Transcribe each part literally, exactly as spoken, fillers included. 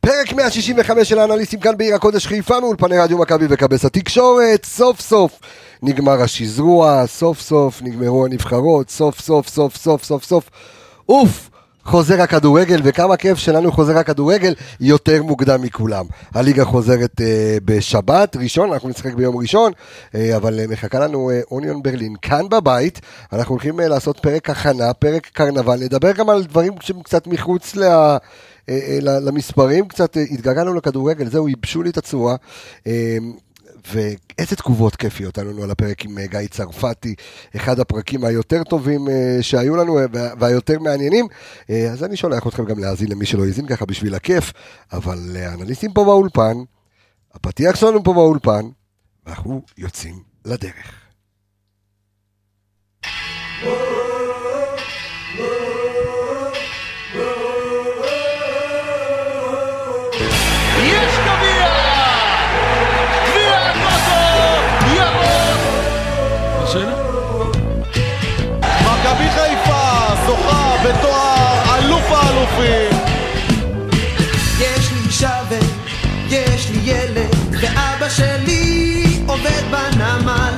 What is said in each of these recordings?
פרק מאה שישים וחמש של האנליסטים כאן בעיר הקודש חיפה מאולפני רדיו מכבי וכבש התקשורת. סוף סוף נגמר השזרוע, סוף סוף נגמרו הנבחרות, סוף סוף סוף סוף סוף סוף אוף, חוזר הכדורגל, וכמה כיף שלנו חוזר הכדורגל יותר מוקדם מכולם. הליגה חוזרת uh, בשבת ראשון, אנחנו נשחק ביום ראשון, uh, אבל uh, מחכה לנו uh, אוניון ברלין כאן בבית. אנחנו הולכים uh, לעשות פרק הכנה, פרק קרנבל, נדבר גם על דברים שהם קצת מחוץ לה, uh, uh, למספרים, קצת uh, התגעגענו לכדורגל, זהו, ייבשו לי את הצורה. uh, ואיזה תגובות כיפיות עלינו על הפרק עם גיא צרפתי, אחד הפרקים היותר טובים שהיו לנו והיותר מעניינים. אז אני שולח אתכם גם להאזין למי שלא יזין ככה בשביל הכיף, אבל האנליסטים פה באולפן, הפתיח שלנו פה באולפן, ואנחנו יוצאים לדרך. מכבי חיפה זוכה בתואר אלוף האלופים. יש לי שווה, יש לי ילד, ואבא שלי עובד בנמל.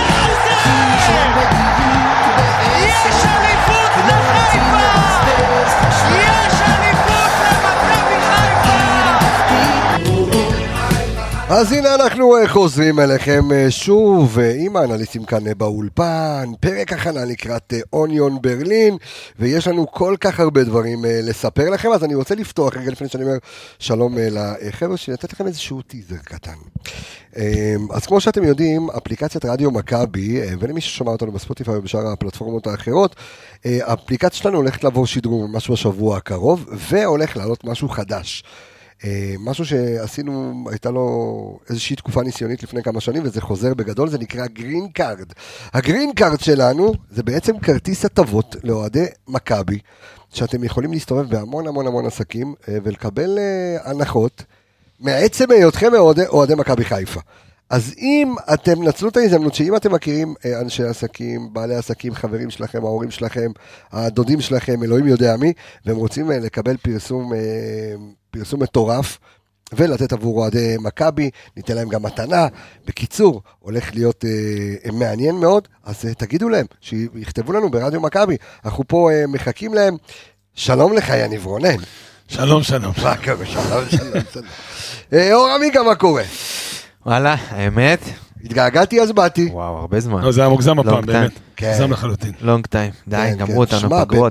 יש אליפות לחיפה! יש אליפות למכבי חיפה! אז הנה אנחנו חוזרים אליכם שוב עם האנליסטים כאן באולפן, פרק הכנה לקראת אוניון ברלין, ויש לנו כל כך הרבה דברים לספר לכם. אז אני רוצה לפתוח רגע לפני שאני אומר שלום לחבר'ה, שנתת לכם איזשהו טיזר קטן. אז כמו שאתם יודעים, אפליקציית רדיו מכבי, ולמי ששומע אותנו בספוטיפיי ובשאר הפלטפורמות האחרות, האפליקציה שלנו הולכת לעבור שדרוג ממש בשבוע הקרוב, והולך לעלות משהו חדש. משהו שעשינו, הייתה לו איזושהי תקופה ניסיונית לפני כמה שנים, וזה חוזר בגדול, זה נקרא גרין קארד. הגרין קארד שלנו זה בעצם כרטיס הטבות לאוהדי מכבי, שאתם יכולים להסתובב בהמון המון המון עסקים, ולקבל הנחות מעצם היותכם אוהדי מכבי חיפה. אז אם אתם נצלו את ההזדמנות, שאם אתם מכירים אנשי עסקים, בעלי עסקים, חברים שלכם, ההורים שלכם, הדודים שלכם, אלוהים יודע מי, והם רוצים לקבל פרסום, פרסום מטורף, ולתת עבור אוהדי מכבי, ניתן להם גם מתנה. בקיצור, הולך להיות אה, מעניין מאוד, אז אה, תגידו להם, שיכתבו לנו ברדיו מכבי, אנחנו פה אה, מחכים להם. שלום לך יניב רונן. שלום שלום. מה קורה? שלום שלום שלום. אה, אור עמיגה, מה קורה? וואלה, האמת? התגעגעתי אז באתי. וואו, הרבה זמן. לא, זה היה מוגזם הפעם, באמת. מוגזם לחלוטין. לונג טיים. די, גמרו אותנו פגרות.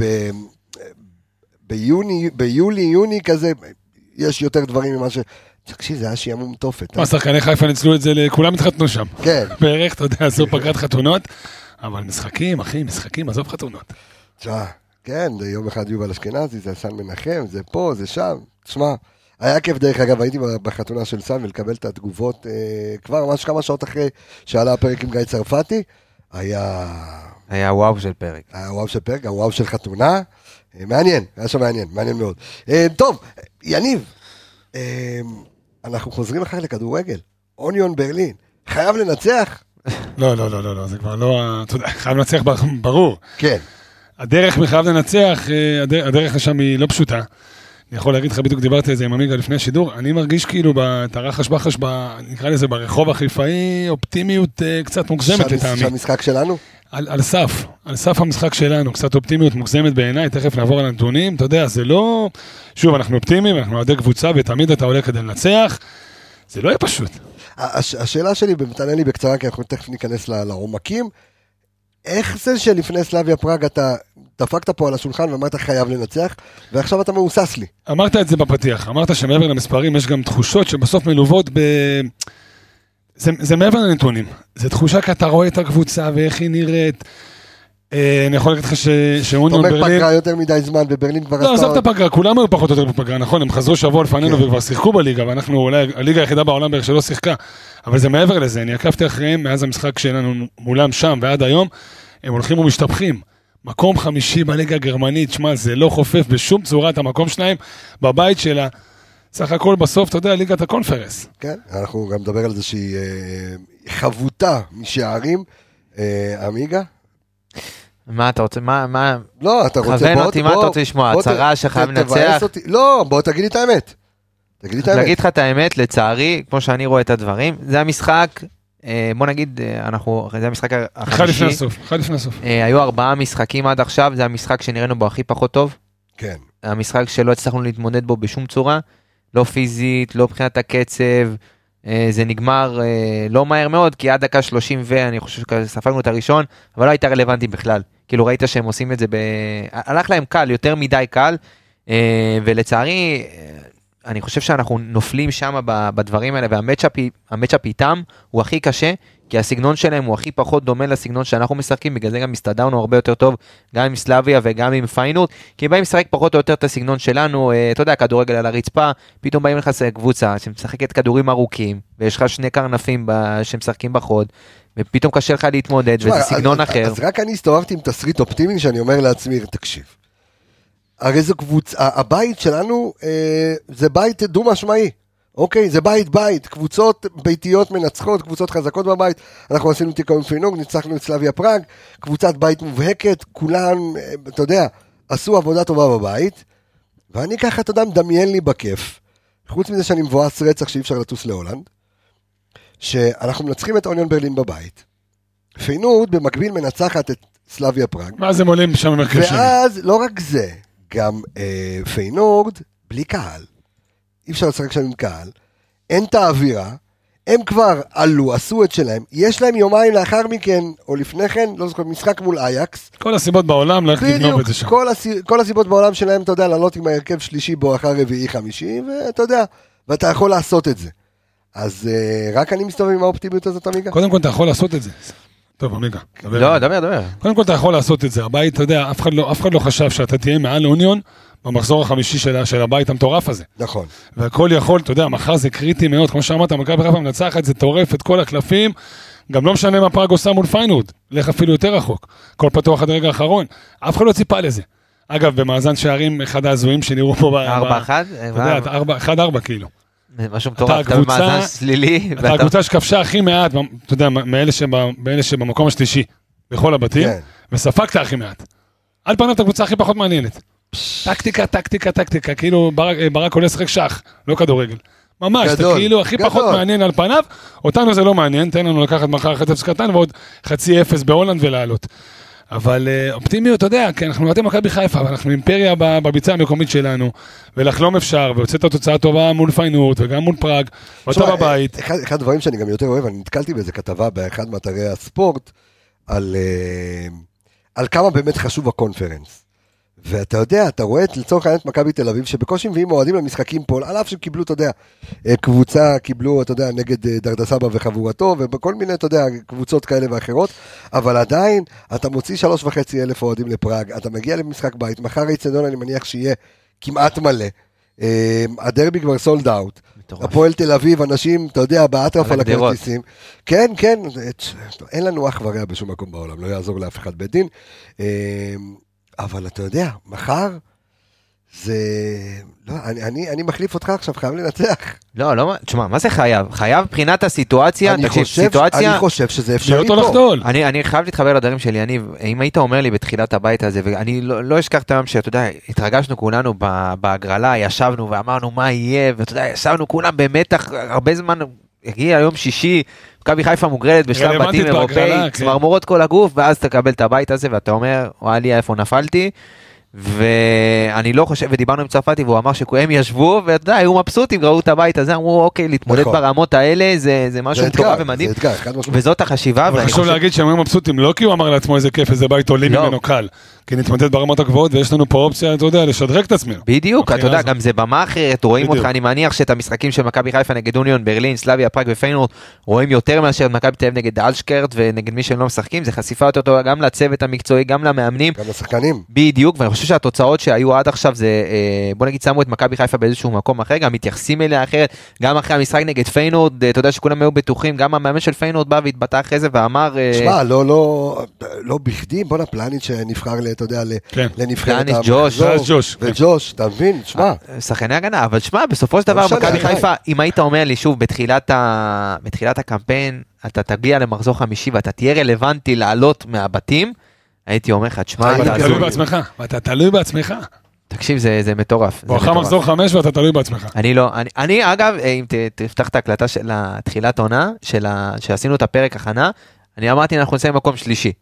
ביוני, ביולי, יוני כזה, יש יותר דברים ממה ש... תקשיב, זה היה שימום תופת. מה, שחקני חיפה ניצלו את זה, כולם התחתנו שם. כן. בערך, אתה יודע, עשו פגרת חתונות, אבל משחקים, אחי, משחקים, עזוב חתונות. תשמע, כן, יום אחד יובל אשכנזי, זה סן מנחם, זה פה, זה שם. תשמע, היה כיף דרך אגב, הייתי בחתונה של סן ולקבל את התגובות, אה, כבר ממש כמה שעות אחרי שעלה הפרק עם גיא צרפתי, היה... היה וואו של פרק. היה וואו של פרק, גם וואו של חתונה. אה, מעניין, היה שם מעניין, מעניין מאוד. אה, טוב, יניב, אה, אנחנו חוזרים אחר לכדורגל. אוניון ברלין, חייב לנצח? לא, לא, לא, לא, לא, זה כבר לא... אתה יודע, חייב לנצח ברור. כן. הדרך מחייב לנצח, הדרך לשם היא לא פשוטה. אני יכול להגיד לך, בדיוק דיברתי על זה עם עמיגה לפני השידור, אני מרגיש כאילו בתרחש בחש, נקרא לזה ברחוב החיפאי, אופטימיות קצת מוגזמת לטעמי. שהמשחק שלנו? על, על סף, על סף המשחק שלנו, קצת אופטימיות מוגזמת בעיניי, תכף נעבור על הנתונים, אתה יודע, זה לא... שוב, אנחנו אופטימיים, אנחנו עדי קבוצה, ותמיד אתה עולה כדי לנצח, זה לא יהיה פשוט. הש, השאלה שלי, תענה לי בקצרה, כי אנחנו תכף ניכנס לעומקים, איך זה שלפני סלאביה פראג אתה דפקת פה על השולחן ואמרת חייב לנצח, ועכשיו אתה מאוסס לי? אמרת את זה בפתיח, אמרת שמעבר למספרים יש גם תחושות שבסוף מלוות ב... זה, זה מעבר לנתונים, זה תחושה כי אתה רואה את הקבוצה ואיך היא נראית. אני יכול להגיד לך שאוניון ברלין... אתה אומר פגרה יותר מדי זמן בברלין כבר... לא, עזוב את הפגרה, כולם היו פחות או יותר בפגרה, נכון, הם חזרו שבוע לפנינו וכבר שיחקו בליגה, ואנחנו אולי הליגה היחידה בעולם בערך שלא שיחקה, אבל זה מעבר לזה, אני עקבתי אחריהם מאז המשחק שלנו מולם שם ועד היום, הם הולכים ומשתפכים. מקום חמישי בליגה הגרמנית, שמה, זה לא חופף בשום צורה את המקום שלהם בבית שלה. סך הכל בסוף, אתה יודע, ליגת הקונפרנס. כן, אנחנו גם נדבר על זה שהיא חבוטה משערים, עמיגה. מה אתה רוצה, מה, מה... לא, אתה רוצה... כוון אותי, מה אתה רוצה לשמוע? הצהרה שחייב לנצח? לא, בוא תגיד לי את האמת. תגיד לי את האמת. להגיד לך את האמת, לצערי, כמו שאני רואה את הדברים, זה המשחק, בוא נגיד, אנחנו, זה המשחק החמישי. אחד לפני הסוף, אחד לפני הסוף. היו ארבעה משחקים עד עכשיו, זה המשחק שנראינו בו הכי פחות טוב. כן. המשחק שלא הצלחנו להתמודד בו בשום צורה, לא פיזית, לא מבחינת הקצב, זה נגמר לא מהר מאוד, כי עד דקה שלושים ואני חושב שספגנו את הראשון, אבל לא הייתה רלוונטית בכלל. כאילו ראית שהם עושים את זה, ב... הלך להם קל, יותר מדי קל, ולצערי, אני חושב שאנחנו נופלים שם בדברים האלה, והמצ'אפ איתם הוא הכי קשה, כי הסגנון שלהם הוא הכי פחות דומה לסגנון שאנחנו משחקים, בגלל זה גם מסתדרנו הרבה יותר טוב, גם עם סלאביה וגם עם פיינורד, כי באים לשחק פחות או יותר את הסגנון שלנו, אתה יודע, כדורגל על הרצפה, פתאום באים לך קבוצה שמשחקת כדורים ארוכים, ויש לך שני קרנפים שמשחקים בחוד, ופתאום קשה לך להתמודד, וזה סגנון אחר. אז רק אני הסתובבתי עם תסריט אופטימי, שאני אומר לעצמי, תקשיב, הרי זו קבוצה, הבית שלנו אה, זה בית דו משמעי, אוקיי? זה בית בית, קבוצות ביתיות מנצחות, קבוצות חזקות בבית, אנחנו עשינו תיקו עם פיינורד, ניצחנו את סלאביה פראג, קבוצת בית מובהקת, כולן, אתה יודע, עשו עבודה טובה בבית, ואני ככה, אתה יודע, מדמיין לי בכיף, חוץ מזה שאני מבואס רצח שאי אפשר לטוס להולנד, שאנחנו מנצחים את אוניון ברלין בבית, פיינורד במקביל מנצחת את סלאביה פראג, ואז הם עולים שם במרכז שני. ואז לא רק זה, גם אה, פיינורד, בלי קהל, אי אפשר לשחק שם עם קהל, אין את האווירה, הם כבר עלו, עשו את שלהם, יש להם יומיים לאחר מכן, או לפני כן, לא זוכר, משחק מול אייקס. כל הסיבות בעולם, לך תגנוב את זה שם. כל, הס... כל הסיבות בעולם שלהם, אתה יודע, לעלות עם ההרכב שלישי בו אחר רביעי חמישי, ואתה יודע, ואתה יכול לעשות את זה. אז אה, רק אני מסתובב עם האופטימיות הזאת, עמיגה? קודם כל אתה יכול לעשות את זה. טוב, עמיגה. לא, דבר, דבר. קודם כל אתה יכול לעשות את זה. הבית, אתה יודע, אף אחד לא, אף אחד לא חשב שאתה תהיה מעל אוניון, במחזור החמישי של, של הבית המטורף הזה. נכון. והכל יכול, אתה יודע, מחר זה קריטי מאוד, כמו שאמרת, מכבי חיפה מנצחת, זה טורף את כל הקלפים, גם לא משנה מה פראג עושה מול פיינורד, לך אפילו יותר רחוק, כל פתוח עד הרגע האחרון, אף אחד לא ציפה לזה. אגב, במאזן שערים, אחד ההזויים שנראו פה, ארבע אחד? אתה יודע, אחד ארבע כאילו. משהו מטורף, אתה במאזן סלילי. אתה הקבוצה שכבשה הכי מעט, אתה יודע, מאלה שבמקום השלישי, בכל הבתים, וספגת הכי מעט. על פניו את הקבוצה הכי פחות מעניינת. טקטיקה, טקטיקה, טקטיקה, כאילו ברק, ברק עולה לשחק שח, לא כדורגל. ממש, זה כאילו הכי גדול. פחות מעניין על פניו, אותנו זה לא מעניין, תן לנו לקחת מחר חצי אפס קטן ועוד חצי אפס בהולנד ולעלות. אבל אופטימיות, אתה יודע, כי אנחנו נתאים מכבי חיפה, ואנחנו אימפריה בביצה המקומית שלנו, ולחלום אפשר, והוצאת התוצאה טובה מול פיינורד, וגם מול פראג, ואתה בבית. אחד, אחד הדברים שאני גם יותר אוהב, אני נתקלתי באיזה כתבה באחד מאתרי הספורט, על, על כמה באמת חשוב הקונפרנס. ואתה יודע, אתה רואה את לצורך העניין את מכבי תל אביב, שבקושי מביאים מועדים למשחקים פה, על אף שקיבלו, אתה יודע, קבוצה, קיבלו, אתה יודע, נגד דרדסבא וחבורתו, ובכל מיני, אתה יודע, קבוצות כאלה ואחרות, אבל עדיין, אתה מוציא שלוש וחצי אלף אוהדים לפראג, אתה מגיע למשחק בית, מחר האיצטדיון אני מניח שיהיה כמעט מלא, הדרבי כבר סולד אאוט, הפועל תל אביב, אנשים, אתה יודע, באטרף על הכרטיסים, כן, כן, אין לנו אח ורע בשום מקום בעולם, לא יעזור לאף אחד בית דין, אבל אתה יודע, מחר, זה... לא, אני, אני, אני מחליף אותך עכשיו, חייב לנצח. לא, לא, תשמע, מה זה חייב? חייב מבחינת הסיטואציה, אני תקשיב, חושב, סיטואציה... אני חושב שזה אפשרי פה. לחדול. אני, אני חייב להתחבר לדברים שלי, אני, אם היית אומר לי בתחילת הבית הזה, ואני לא, לא אשכח את היום שאתה יודע, התרגשנו כולנו בהגרלה, ישבנו ואמרנו מה יהיה, ואתה יודע, ישבנו כולם במתח, הרבה זמן, הגיע היום שישי, מכבי חיפה מוגרלת בשלב בתים אירופאי, צמרמורות כל הגוף, ואז תקבל את הבית הזה, ואתה אומר, וואלי, איפה נפלתי, ואני לא חושב, ודיברנו עם צרפתי, והוא אמר שהם ישבו, ואתה יודע, היו מבסוטים, ראו את הבית הזה, אמרו, אוקיי, להתמודד ברמות האלה, זה משהו מטורף ומדהים, וזאת החשיבה. אבל חשוב להגיד שהם היו מבסוטים, לא כי הוא אמר לעצמו איזה כיף, איזה בית עולים ממנו קל, כי נתמודד ברמות הגבוהות, ויש לנו פה אופציה, אתה יודע, לשדרג את עצמנו. בדיוק, אתה יודע, גם זה במה אחרת, רואים אותך, אני מניח שאת המשחקים של מכבי חיפה נגד אוניון, ברלין, סלאביה, פראג ופיינורד, רואים יותר מאשר מכבי תל אביב נגד אלשקרט ונגד מי שהם לא משחקים, זה חשיפה יותר טובה גם לצוות המקצועי, גם למאמנים. גם לשחקנים. בדיוק, ואני חושב שהתוצאות שהיו עד עכשיו זה, בוא נגיד, שמו את מכבי חיפה באיזשהו מקום אחר, גם מתייחסים אליה אחרת, גם אחרי המשחק נגד פיינורד, אתה יודע שכולם היו בטוחים, גם המאמן של פיינורד בא והתבטא אחרי זה ואמר, שמע, לא, לא, לא בכדי, בוא נפלניץ' שנבחר, אתה יודע, לנבחרת ג'וש, וג'וש, אתה מבין, שמע. שחקני הגנה, אבל שמע, בסופו של דבר, מכבי חיפה, אם היית אומר לי שוב, בתחילת הקמפיין, אתה תגיע למחזור חמישי, ואתה תהיה רלוונטי לעלות מהבתים, הייתי אומר לך, תשמע, אתה תלוי בעצמך, ואתה תלוי בעצמך. תקשיב, זה, זה מטורף. בואכה מחזור חמש ואתה תלוי בעצמך. אני לא, אני, אני אגב, אם ת, תפתח את ההקלטה של התחילת עונה, של ה, שעשינו את הפרק הכנה, אני אמרתי, אנחנו נמצאים במקום שלישי.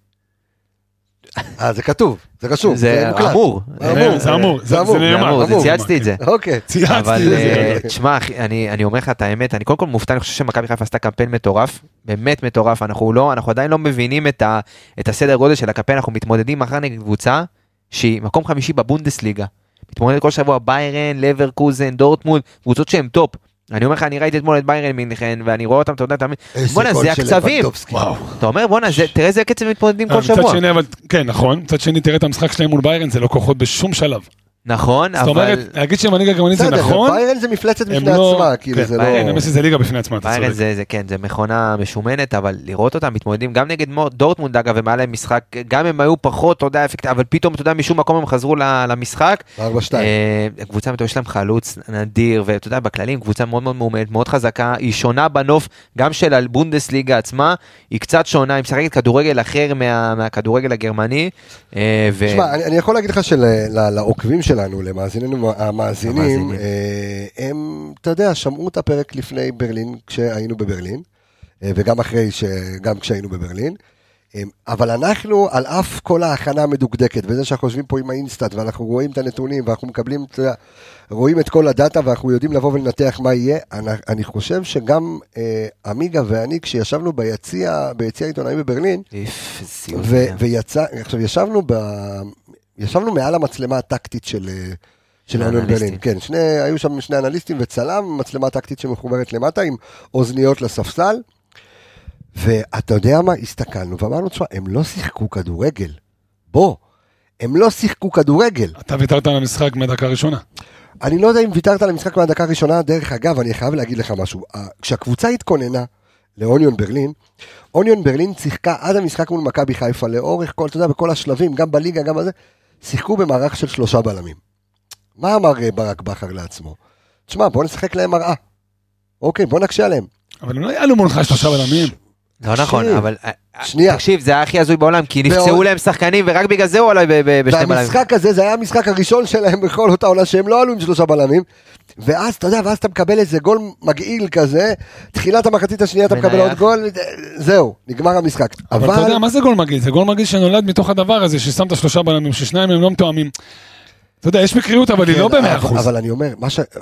אה, זה כתוב, זה רשום, זה אמור. זה אמור, זה נאמר. זה צייצתי את זה. אוקיי. צייצתי את זה. תשמע, אני אומר לך את האמת, אני קודם כל מופתע, אני חושב שמכבי חיפה עשתה קמפיין מטורף, באמת מטורף, אנחנו לא, אנחנו עדיין לא מבינים את הסדר גודל של הקמפיין, אנחנו מתמודדים מחר נגד קבוצה, שהיא מקום חמישי בבונדסליגה, מתמודדת כל שבוע ביירן, לברקוזן, דורטמונד, קבוצות שהן טופ. אני אומר לך, אני ראיתי אתמול את ביירן מינכן, ואני רואה אותם, אתה יודע, בוא'נה, זה הקצבים. אתה אומר, בוא'נה, תראה איזה קצב מתמודדים כל שבוע. כן, נכון, מצד שני, תראה את המשחק שלהם מול ביירן, זה לא כוחות בשום שלב. נכון, אבל... זאת אומרת, להגיד שהמנהיגה הגרמנית זה נכון. ביירן זה מפלצת בפני עצמה, כאילו זה לא... ביירן זה ליגה בפני עצמה, אתה ביירן זה, כן, זה מכונה משומנת, אבל לראות אותם מתמודדים גם נגד דורטמונד, אגב, ומעלה להם משחק, גם הם היו פחות, אתה יודע, אפקט, אבל פתאום, אתה יודע, משום מקום הם חזרו למשחק. ארבע שתיים. הקבוצה, יש להם חלוץ נדיר, ואתה יודע, בכללים, קבוצה מאוד מאוד מאומנת, מאוד חזקה, היא שונה בנוף, גם של הבונדסליגה עצמה, היא קצת שונה, היא משחקת כדורגל אחר מהכדורגל הגרמני. תשמע, אני יכול להגיד לך שלעוקבים שלנו, למאזיננו, המאזינים, הם, אתה יודע, שמעו את הפרק לפני ברלין, כשהיינו בברלין, וגם אחרי, גם כשהיינו בברלין, אבל אנחנו, על אף כל ההכנה המדוקדקת, וזה שאנחנו חושבים פה עם האינסטאט, ואנחנו רואים את הנתונים, ואנחנו מקבלים, אתה יודע, רואים את כל הדאטה, ואנחנו יודעים לבוא ולנתח מה יהיה, אני, אני חושב שגם אמיגה ואני, כשישבנו ביציע, ביציע העיתונאים בברלין, ו, ויצא, עכשיו, ישבנו ב... ישבנו מעל המצלמה הטקטית של, של אוניון ברלין. כן, שני, היו שם שני אנליסטים וצלם, מצלמה טקטית שמחוברת למטה עם אוזניות לספסל, ואתה יודע מה? הסתכלנו ואמרנו, תשמע, הם לא שיחקו כדורגל. בוא, הם לא שיחקו כדורגל. אתה ויתרת על המשחק מהדקה הראשונה. אני לא יודע אם ויתרת על המשחק מהדקה הראשונה, דרך אגב, אני חייב להגיד לך משהו. כשהקבוצה התכוננה לאוניון ברלין, אוניון ברלין שיחקה עד המשחק מול מכבי חיפה, לאורך כל, אתה יודע, בכל השלבים, גם בליגה, גם בזה, שיחקו במערך של שלושה בלמים. מה אמר ברק בכר לעצמו? תשמע, בוא נשחק להם מראה. אוקיי, בוא נקשה עליהם. אבל הם לא יעלו מולך שלושה בלמים. לא נכון, אבל... שנייה. תקשיב, זה היה הכי הזוי בעולם, כי נפצעו להם שחקנים, ורק בגלל זה הוא עלו בשני בלמים. והמשחק הזה, זה היה המשחק הראשון שלהם בכל אותה עונה, שהם לא עלו עם שלושה בלמים, ואז, אתה יודע, ואז אתה מקבל איזה גול מגעיל כזה, תחילת המחצית השנייה אתה מקבל עוד גול, זהו, נגמר המשחק. אבל אתה יודע, מה זה גול מגעיל? זה גול מגעיל שנולד מתוך הדבר הזה, ששמת שלושה בלמים, ששניים הם לא מתואמים. אתה יודע, יש מקריות, אבל היא לא במאה אחוז. אבל אני אומר,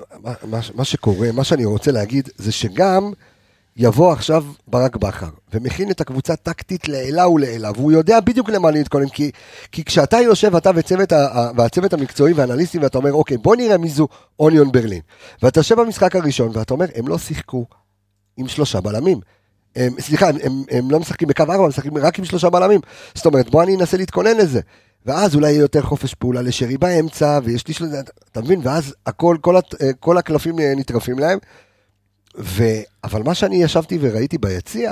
מה שקורה, מה שאני רוצה להגיד, זה שגם יבוא עכשיו ברק בכר, ומכין את הקבוצה טקטית לעילה ולעילה, והוא יודע בדיוק למה להתכונן, כי, כי כשאתה יושב, אתה וצוות, והצוות המקצועי והאנליסטים, ואתה אומר, אוקיי, בוא נראה מי זו אוניון ברלין. ואתה יושב במשחק הראשון, ואתה אומר, הם לא שיחקו עם שלושה בלמים. הם, סליחה, הם, הם, הם לא משחקים בקו ארבע, הם משחקים רק עם שלושה בלמים. זאת אומרת, בוא אני אנסה להתכונן לזה. ואז אולי יהיה יותר חופש פעולה לשרי באמצע, ויש לי שלזה, אתה מבין? ואז הכל, כל, כל הקלפים נטרפים להם. ו... אבל מה שאני ישבתי וראיתי ביציע,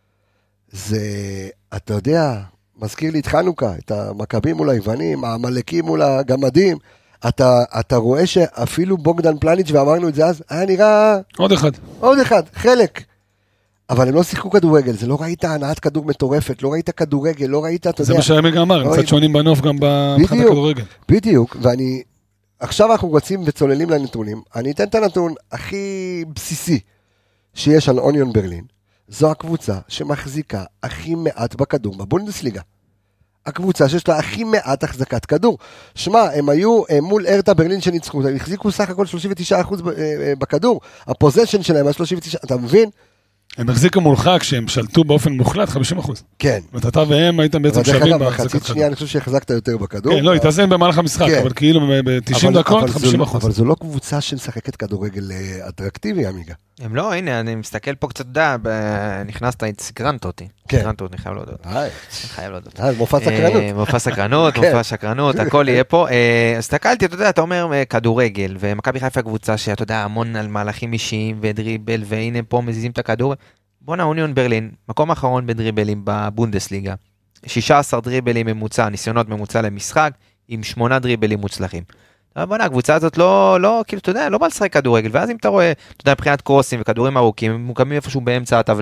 זה, אתה יודע, מזכיר לי את חנוכה, את המכבים מול היוונים, המלאקים מול הגמדים, אתה, אתה רואה שאפילו בוגדן פלניץ' ואמרנו את זה אז, היה נראה... עוד אחד. עוד אחד, חלק. אבל הם לא שיחקו כדורגל, זה לא ראית הנעת כדור מטורפת, לא ראית כדורגל, לא ראית, אתה יודע... זה מה שהעמק אמר, הם קצת שונים בנוף גם מבחינת הכדורגל. בדיוק, ואני... עכשיו אנחנו רצים וצוללים לנתונים, אני אתן את הנתון הכי בסיסי שיש על אוניון ברלין, זו הקבוצה שמחזיקה הכי מעט בכדור בבונדסליגה. הקבוצה שיש לה הכי מעט החזקת כדור. שמע, הם היו מול ארטה ברלין שניצחו, הם החזיקו סך הכל שלושים ותשעה אחוז בכדור, הפוזיישן שלהם היה שלושים ותשעה, אתה מבין? הם החזיקו מולך כשהם שלטו באופן מוחלט חמישים אחוז. כן. ואתה והם הייתם בעצם שווים בהחזקת כדור. בחצית שנייה אני חושב שהחזקת יותר בכדור. כן, לא, התאזן במהלך המשחק, אבל כאילו ב-תשעים דקות חמישים אחוז. אבל זו לא קבוצה שמשחקת כדורגל אטרקטיבי, אמיגה. הם לא, הנה, אני מסתכל פה קצת, דה, נכנסת, סקרנת אותי. סקרנת אותי, חייב להודות. חייב להודות. מופע סקרנות. מופע סקרנות, מופע סקרנות, הכל יהיה פה. הסתכלתי, אתה יודע, אתה אומר כדורגל, ומכבי חיפה קבוצה שאתה יודע, המון על מהלכים אישיים ודריבל, והנה פה מזיזים את הכדור. בונה אוניון ברלין, מקום האחרון בדריבלים בבונדסליגה. שישה עשר דריבלים ממוצע, ניסיונות ממוצע למשחק, עם שמונה דריבלים מוצלחים. בונה, הקבוצה הזאת לא, לא, כאילו, אתה יודע, לא בא לשחק כדורגל, ואז אם אתה רואה, אתה יודע, מבחינת קרוסים וכדורים ארוכים, הם מוקמים איפשהו באמצע הטבלה,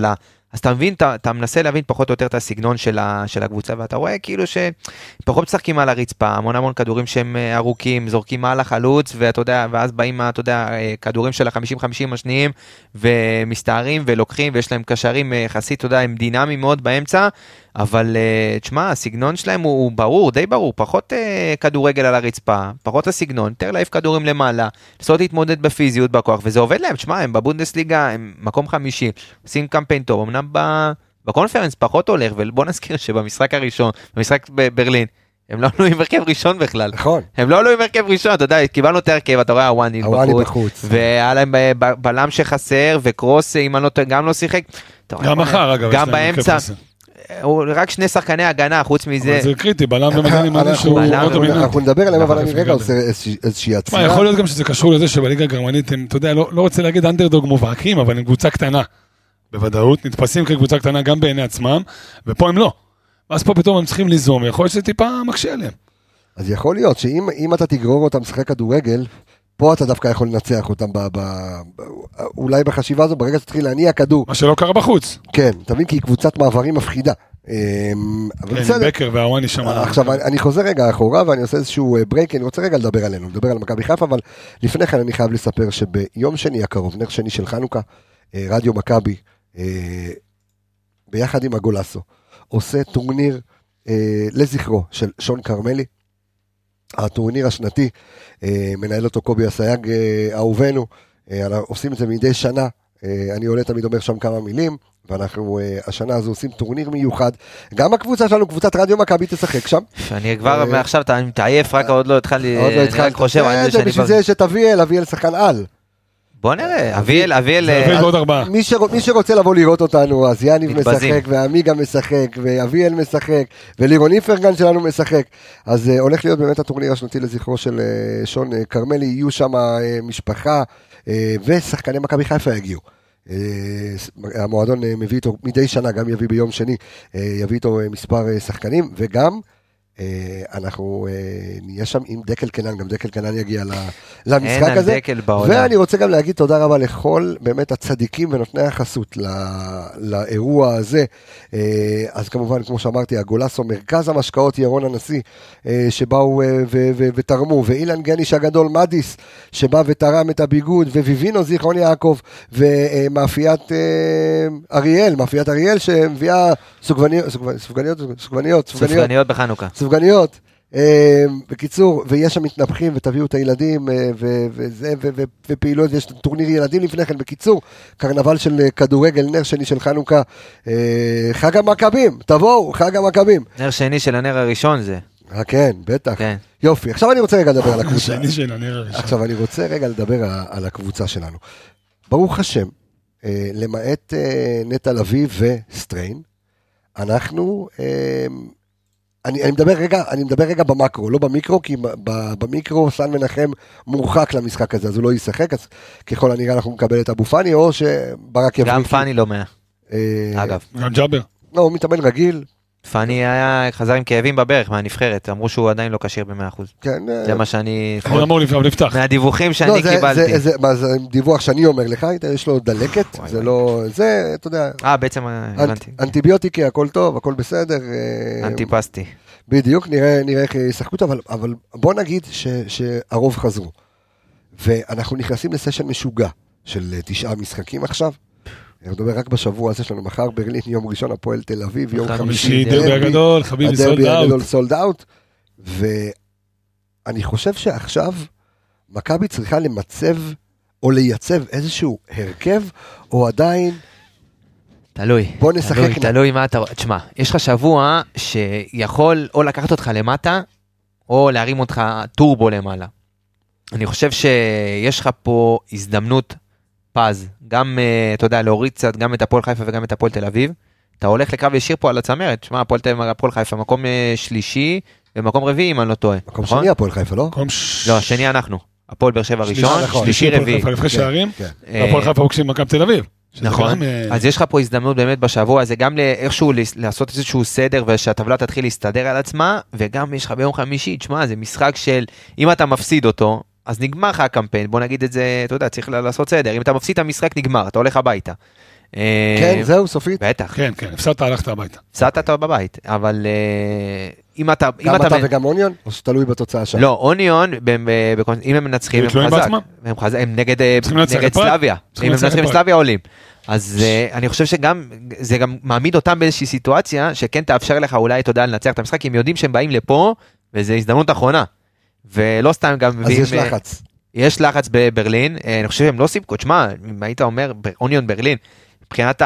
אז אתה מבין, אתה, אתה מנסה להבין פחות או יותר את הסגנון של, ה, של הקבוצה, ואתה רואה כאילו שפחות משחקים על הרצפה, המון המון כדורים שהם ארוכים, זורקים מעל החלוץ, ואתה יודע, ואז באים, אתה יודע, כדורים של ה-חמישים חמישים השניים, ומסתערים ולוקחים, ויש להם קשרים יחסית, אתה יודע, הם דינמיים מאוד באמצע, אבל תשמע, הסגנון שלהם הוא, הוא ברור, די ברור, פחות uh, כדורגל על הרצפה, פחות הסגנון, יותר להעיף כדורים למעלה, לנסות להתמודד בפיזיות בכוח, וזה עובד להם, תשמע, הם בבונדסליגה, הם מקום חמישי, עושים קמפיין טוב, אמנם ב... בקונפרנס פחות הולך, ובוא נזכיר שבמשחק הראשון, במשחק בברלין, הם לא עלו עם הרכב ראשון בכלל. נכון. הם לא עלו עם הרכב ראשון, אתה יודע, קיבלנו את הרכב, אתה רואה, הוואני בחוץ, והיה להם בלם שחסר, וקרוס, אם אני לא טועה, גם לא שיחק. גם אחר, אגב, גם באמצע. רק שני שחקני הגנה, חוץ מזה. אבל זה קריטי, בלם ומגנים משהו מאוד דומיננטי. אנחנו נדבר עליהם, אבל אני רגע עושה איזושהי הצעה. יכול להיות גם שזה קשור לזה שבליגה הגרמנית הם, אתה יודע, לא רוצה להגיד אנדרדוג מובהקים, אבל הם קבוצה קטנה. בוודאות, נתפסים כקבוצה קטנה גם בעיני עצמם, ופה הם לא. ואז פה פתאום הם צריכים ליזום, ויכול להיות שזה טיפה מקשה עליהם. אז יכול להיות שאם אתה תגרור אותם לשחק כדורגל, פה אתה דווקא יכול לנצח אותם, אולי בחשיבה הזו, ברגע שתתחיל להניע כדור. מה שלא קרה בחוץ. כן, תבין, כי היא קבוצת מעברים מפחידה. כן, בקר והוואני שם. עכשיו, אני חוזר רגע אחורה, ואני עושה איזשהו ברייק, אני רוצה רגע לדבר עלינו, לדבר על מכבי חיפה, אבל לפני כן אני חייב לספר שביום שני הקרוב, נר שני של חנוכה, רדיו מכבי, ביחד עם הגולסו, עושה טורניר לזכרו של שון קרמלי, הטורניר השנתי, מנהל אותו קובי אסייג אהובנו, עושים את זה מדי שנה, אני עולה תמיד אומר שם כמה מילים, ואנחנו השנה הזו עושים טורניר מיוחד, גם הקבוצה שלנו, קבוצת רדיו מכבי תשחק שם. אני כבר מעכשיו, אתה מתעייף, רק עוד לא התחלתי, אני רק חושב על זה שאני... בשביל זה יש את אביאל, אביאל שחקן על. בוא נראה, אביאל, אביאל... זה אביאל בעוד ארבעה. מי שרוצה לבוא לראות אותנו, אז יניב משחק, ועמיגה משחק, ואביאל משחק, ולירון איפרגן שלנו משחק. אז הולך להיות באמת הטורניר השנתי לזכרו של שון קרמלי, יהיו שם משפחה, ושחקני מכבי חיפה יגיעו. המועדון מביא איתו מדי שנה, גם יביא ביום שני, יביא איתו מספר שחקנים, וגם אנחנו נהיה שם עם דקל קנן, גם דקל קנן יגיע למשחק הזה, ואני רוצה גם להגיד תודה רבה לכל באמת הצדיקים ונותני החסות לאירוע הזה. אז כמובן, כמו שאמרתי, הגולסו, מרכז המשקאות ירון הנשיא, שבאו ותרמו, ואילן גניש הגדול מדיס, שבא ותרם את הביגוד, וויבינו זיכרון יעקב, ומאפיית אריאל, מאפיית אריאל שמביאה סופגניות, סופגניות, סופגניות, סופגניות בחנוכה. סופגניות, בקיצור, ויש שם מתנפחים ותביאו את הילדים ופעילות, ויש טורניר ילדים לפני כן, בקיצור, קרנבל של כדורגל, נר שני של חנוכה, חג המכבים, תבואו, חג המכבים. נר שני של הנר הראשון זה. כן, בטח. יופי, עכשיו אני רוצה רגע לדבר על הקבוצה. נר שני של הנר הראשון. עכשיו אני רוצה רגע לדבר על הקבוצה שלנו. ברוך השם, למעט נטע לביא וסטריין, אנחנו... אני, אני מדבר רגע, אני מדבר רגע במקרו, לא במיקרו, כי במיקרו סן מנחם מורחק למשחק הזה, אז הוא לא ישחק, אז ככל הנראה אנחנו מקבל את אבו פני, או שברק יבריק. גם פני לא מאה, אגב. גם ג'אבר. לא, הוא מתאמן רגיל. פני היה חזר עם כאבים בברך מהנבחרת, אמרו שהוא עדיין לא קשיר ב-מאה אחוז. כן. זה מה שאני... הוא אמור לפתח. מהדיווחים שאני קיבלתי. מה זה דיווח שאני אומר לך, יש לו דלקת, זה לא... זה, אתה יודע... אה, בעצם הבנתי. אנטיביוטיקי, הכל טוב, הכל בסדר. אנטיפסטי. בדיוק, נראה איך ישחקו אותו, אבל בוא נגיד שהרוב חזרו. ואנחנו נכנסים לסשן משוגע של תשעה משחקים עכשיו. אני מדבר רק בשבוע הזה שלנו, מחר ברלין, יום ראשון הפועל תל אביב, יום חמישי דרבי הגדול, חביבי סולד אאוט. הדרבי הגדול סולד אאוט, ואני חושב שעכשיו מכבי צריכה למצב או לייצב איזשהו הרכב, או עדיין... תלוי, בוא נשחק. תלוי, תלוי מה אתה... תשמע, יש לך שבוע שיכול או לקחת אותך למטה, או להרים אותך טורבו למעלה. אני חושב שיש לך פה הזדמנות פז, גם, אתה יודע, להוריד קצת גם את הפועל חיפה וגם את הפועל תל אביב. אתה הולך לקרב ישיר פה על הצמרת, תשמע, הפועל חיפה מקום שלישי ומקום רביעי, אם אני לא טועה. מקום שני הפועל חיפה, לא? לא, השני אנחנו. הפועל באר שבע ראשון, שלישי רביעי. לפני שערים, הפועל חיפה פוגשים מכבי תל אביב. נכון, אז יש לך פה הזדמנות באמת בשבוע הזה, גם איכשהו לעשות איזשהו סדר, ושהטבלה תתחיל להסתדר על עצמה, וגם יש לך ביום חמישי, תשמע, זה משחק של, אם אתה מפסיד אותו, אז נגמר לך הקמפיין, בוא נגיד את זה, אתה יודע, צריך לעשות סדר, אם אתה מפסיד את המשחק נגמר, אתה הולך הביתה. כן, זהו, סופית. בטח. כן, כן, הפסדת, הלכת הביתה. הפסדת אתה בבית, אבל אם אתה... גם אתה וגם אוניון? או שתלוי בתוצאה שם? לא, אוניון, אם הם מנצחים, הם חזק. הם נגד סלאביה. אם הם מנצחים סלאביה עולים. אז אני חושב שגם, זה גם מעמיד אותם באיזושהי סיטואציה, שכן תאפשר לך אולי, אתה יודע, לנצח את המשחק, כי הם יודעים שהם באים לפה, וזו הזדמנות אחרונה. ולא סתם גם... אז יש לחץ. יש לחץ בברלין, אני חושב שהם לא סיפקו, תשמע, אם היית אומר, אוניון ברלין, מבחינת,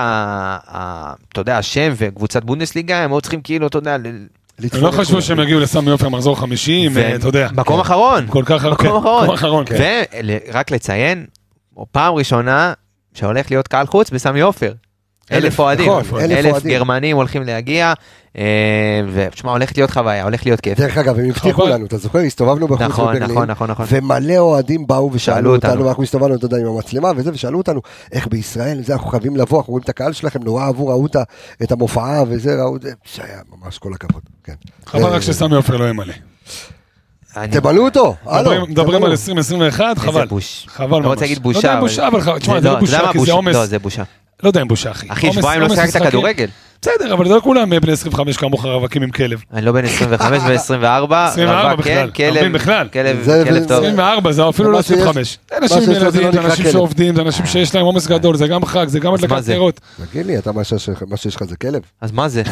אתה יודע, השם וקבוצת בונדסליגה, הם מאוד צריכים כאילו, אתה יודע... הם לא חשבו שהם יגיעו לסמי עופר מחזור חמישים, אתה יודע. מקום אחרון. כל כך אחרון. ורק לציין, פעם ראשונה שהולך להיות קהל חוץ בסמי עופר. אלף אוהדים, אלף גרמנים הולכים להגיע, ותשמע, הולכת להיות חוויה, הולך להיות כיף. דרך אגב, הם הבטיחו לנו, אתה זוכר, הסתובבנו בחוץ בברלין, ומלא אוהדים באו ושאלו אותנו, אנחנו הסתובבנו, אתה יודע, עם המצלמה וזה, ושאלו אותנו, איך בישראל, זה אנחנו חייבים לבוא, אנחנו רואים את הקהל שלכם, נורא אהבו, ראו את המופעה, וזה, ראו את זה, שהיה ממש כל הכבוד, כן. חבל רק שסמי עופר לא ימלא. תמלאו אותו, מדברים על עשרים עשרים ואחת, חבל. חבל ממש. לא רוצה להגיד בושה. תשמע, זה לא בושה, כי זה עומס. לא, זה בושה. לא יודע אם בושה, אחי. אחי, שבועיים לא שחקת כדורגל. בסדר, אבל זה לא כולם בני עשרים וחמש כמוך רווקים עם כלב. אני לא בן עשרים וחמש ו-עשרים וארבע. עשרים וארבע בכלל. כלב, כלב טוב. עשרים וארבע, זה אפילו לא עשרים וחמש. זה אנשים עם ילדים, זה אנשים שעובדים, זה אנשים שיש להם עומס גדול, זה גם חג, זה גם הדלקת נרות. תגיד לי, אתה מה שיש לך זה כלב? אז מה זה?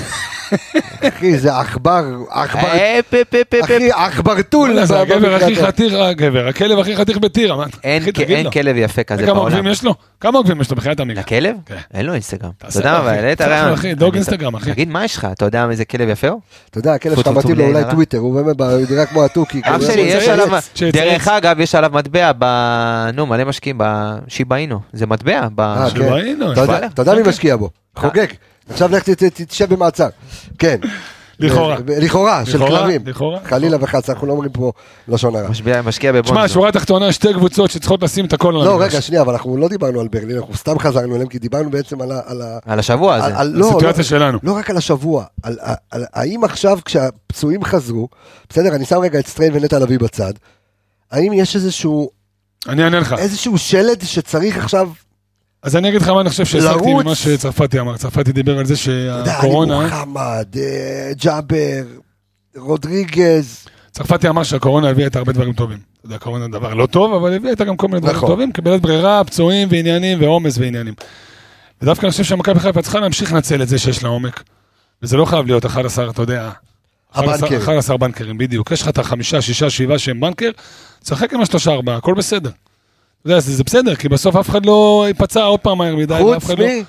אחי, זה עכבר, עכבר. אחי, עכברתול. זה הגבר הכי חתיך, הגבר, הכלב הכי חתיך בטירה. אין כלב יפה כזה בעולם. כמה עוקבים יש לו? כמה עוקבים יש לו בחיית המיגה? לכלב? אין לו אינסטגרם. אתה יודע מה, העלית הרעיון. דוג אינסטגרם, אחי. תגיד, מה יש לך? אתה יודע איזה כלב יפה הוא? אתה יודע, הכלב שלך מתאים לו אולי טוויטר, הוא באמת נראה כמו הטוקי. אח שלי, יש עליו, דרך אגב, יש עליו מטבע, נו, מלא משקיעים, בשיבאינו. זה מטבע. שיבאינו. אתה יודע מי משקיע בו? חוגג. עכשיו לך תשב במעצר. כן. לכאורה. לכאורה, של כלבים. חלילה וחץ, אנחנו לא אומרים פה לשון הרע. משקיע בבונזו. תשמע, שורה תחתונה, שתי קבוצות שצריכות לשים את הכל על המגרש. לא, רגע, שנייה, אבל אנחנו לא דיברנו על ברלין, אנחנו סתם חזרנו אליהם, כי דיברנו בעצם על ה... על השבוע הזה. הסיטואציה שלנו. לא רק על השבוע, על האם עכשיו כשהפצועים חזרו, בסדר, אני שם רגע את סטריין ונטע לביא בצד, האם יש איזשהו... אני אענה לך. איזשהו שלד שצריך עכשיו... אז אני אגיד לך מה אני חושב שהסקתי ממה שצרפתי אמר. צרפתי דיבר על זה שהקורונה... מוחמד, ג'אבר, רודריגז. צרפתי אמר שהקורונה הביאה את הרבה דברים טובים. אתה יודע, הקורונה דבר לא טוב, אבל הביאה את גם כל מיני דברים טובים, קבלת ברירה, פצועים ועניינים ועומס ועניינים. ודווקא אני חושב שהמכבי חיפה צריכה להמשיך לנצל את זה שיש לה עומק. וזה לא חייב להיות אחד עשר, אתה יודע... אחד עשר בנקרים, בדיוק. יש לך את החמישה, שישה, שבעה שהם בנקר, צחק עם השלושה ארבעה, הכל בסדר. זה, זה בסדר, כי בסוף אף אחד לא ייפצע עוד פעם מהר מדי. חוץ מי?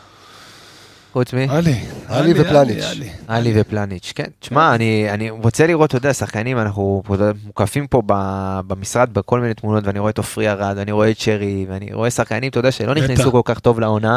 חוץ מי? עלי. עלי ופלניץ'. עלי ופלניץ', כן. תשמע, אני רוצה לראות, אתה יודע, שחקנים, אנחנו מוקפים פה במשרד בכל מיני תמונות, ואני רואה את אופרי ארד, ואני רואה את שרי, ואני רואה שחקנים, אתה יודע, שלא נכנסו כל כך טוב לעונה,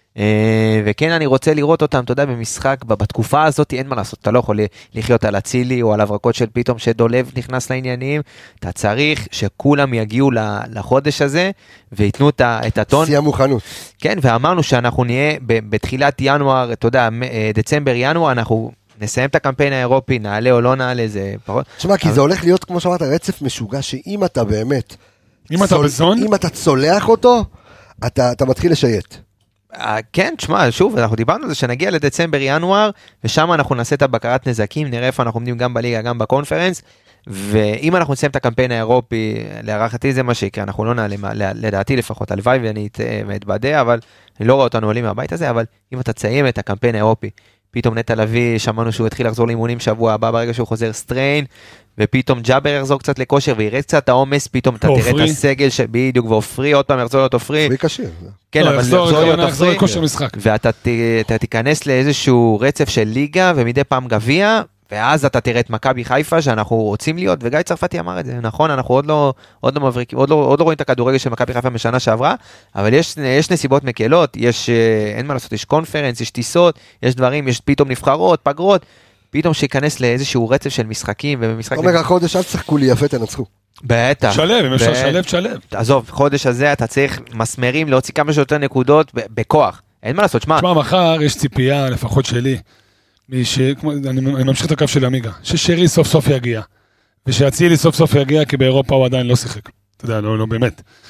וכן, אני רוצה לראות אותם, אתה יודע, במשחק, בתקופה הזאת אין מה לעשות, אתה לא יכול לחיות על הצילי או על הברקות של פתאום שדולב נכנס לעניינים, אתה צריך שכולם יגיעו לחודש הזה ויתנו את הטון. שיא המוכנות. כן, ואמרנו שאנחנו נהיה בתחילת ינואר, אתה יודע, דצמבר, ינואר, אנחנו נסיים את הקמפיין האירופי, נעלה או לא נעלה, זה פחות. תשמע, כי זה הולך להיות, כמו שאמרת, רצף משוגע, שאם אתה באמת, אם אתה בזון, אם אתה צולח אותו, אתה מתחיל לשייט. כן, תשמע, שוב, אנחנו דיברנו על זה שנגיע לדצמבר, ינואר, ושם אנחנו נעשה את הבקרת נזקים, נראה איפה אנחנו עומדים גם בליגה, גם בקונפרנס, ואם אנחנו נסיים את הקמפיין האירופי, להערכתי זה מה שיקרה, אנחנו לא נעלה, לדעתי לפחות, הלוואי ואני אתבדע, אבל אני לא רואה אותנו עולים מהבית הזה, אבל אם אתה תסיים את הקמפיין האירופי, פתאום נטע לביא, שמענו שהוא התחיל לחזור לאימונים שבוע הבא, ברגע שהוא חוזר סטריין, ופתאום ג'אבר יחזור קצת לכושר, וירד קצת העומס, פתאום אתה תראה את הסגל בדיוק, ואופרי, עוד פעם יחזור להיות אופרי. אופרי קשיר. כן, אבל יחזור להיות אופרי, לכושר משחק. ואתה תיכנס לאיזשהו רצף של ליגה, ומדי פעם גביע, ואז אתה תראה את מכבי חיפה, שאנחנו רוצים להיות, וגיא צרפתי אמר את זה, נכון, אנחנו עוד לא, עוד לא מבריקים, עוד לא, עוד לא רואים את הכדורגל של מכבי חיפה משנה שעברה, אבל יש, יש נסיבות מקלות, יש, אין מה לעשות, יש קונפרנס, יש טיסות, יש דברים, יש פתאום נבחרות, פגרות, פתאום שיכנס לאיזשהו רצף של משחקים, ובמשחק... אומר, החודש אל תשחקו לי יפה, תנצחו. בטח. שלב, אם אפשר שלב, שלב. עזוב, חודש הזה אתה צריך מסמרים, להוציא כמה שיותר נקודות בכוח. אין מה לעשות, שמה. שמה, מחר יש ציפייה, לפחות שלי, ש... אני, אני ממשיך את הקו של אמיגה, ששרי סוף סוף יגיע, ושהצילי סוף סוף יגיע, כי באירופה הוא עדיין לא שיחק. אתה יודע, לא, לא באמת.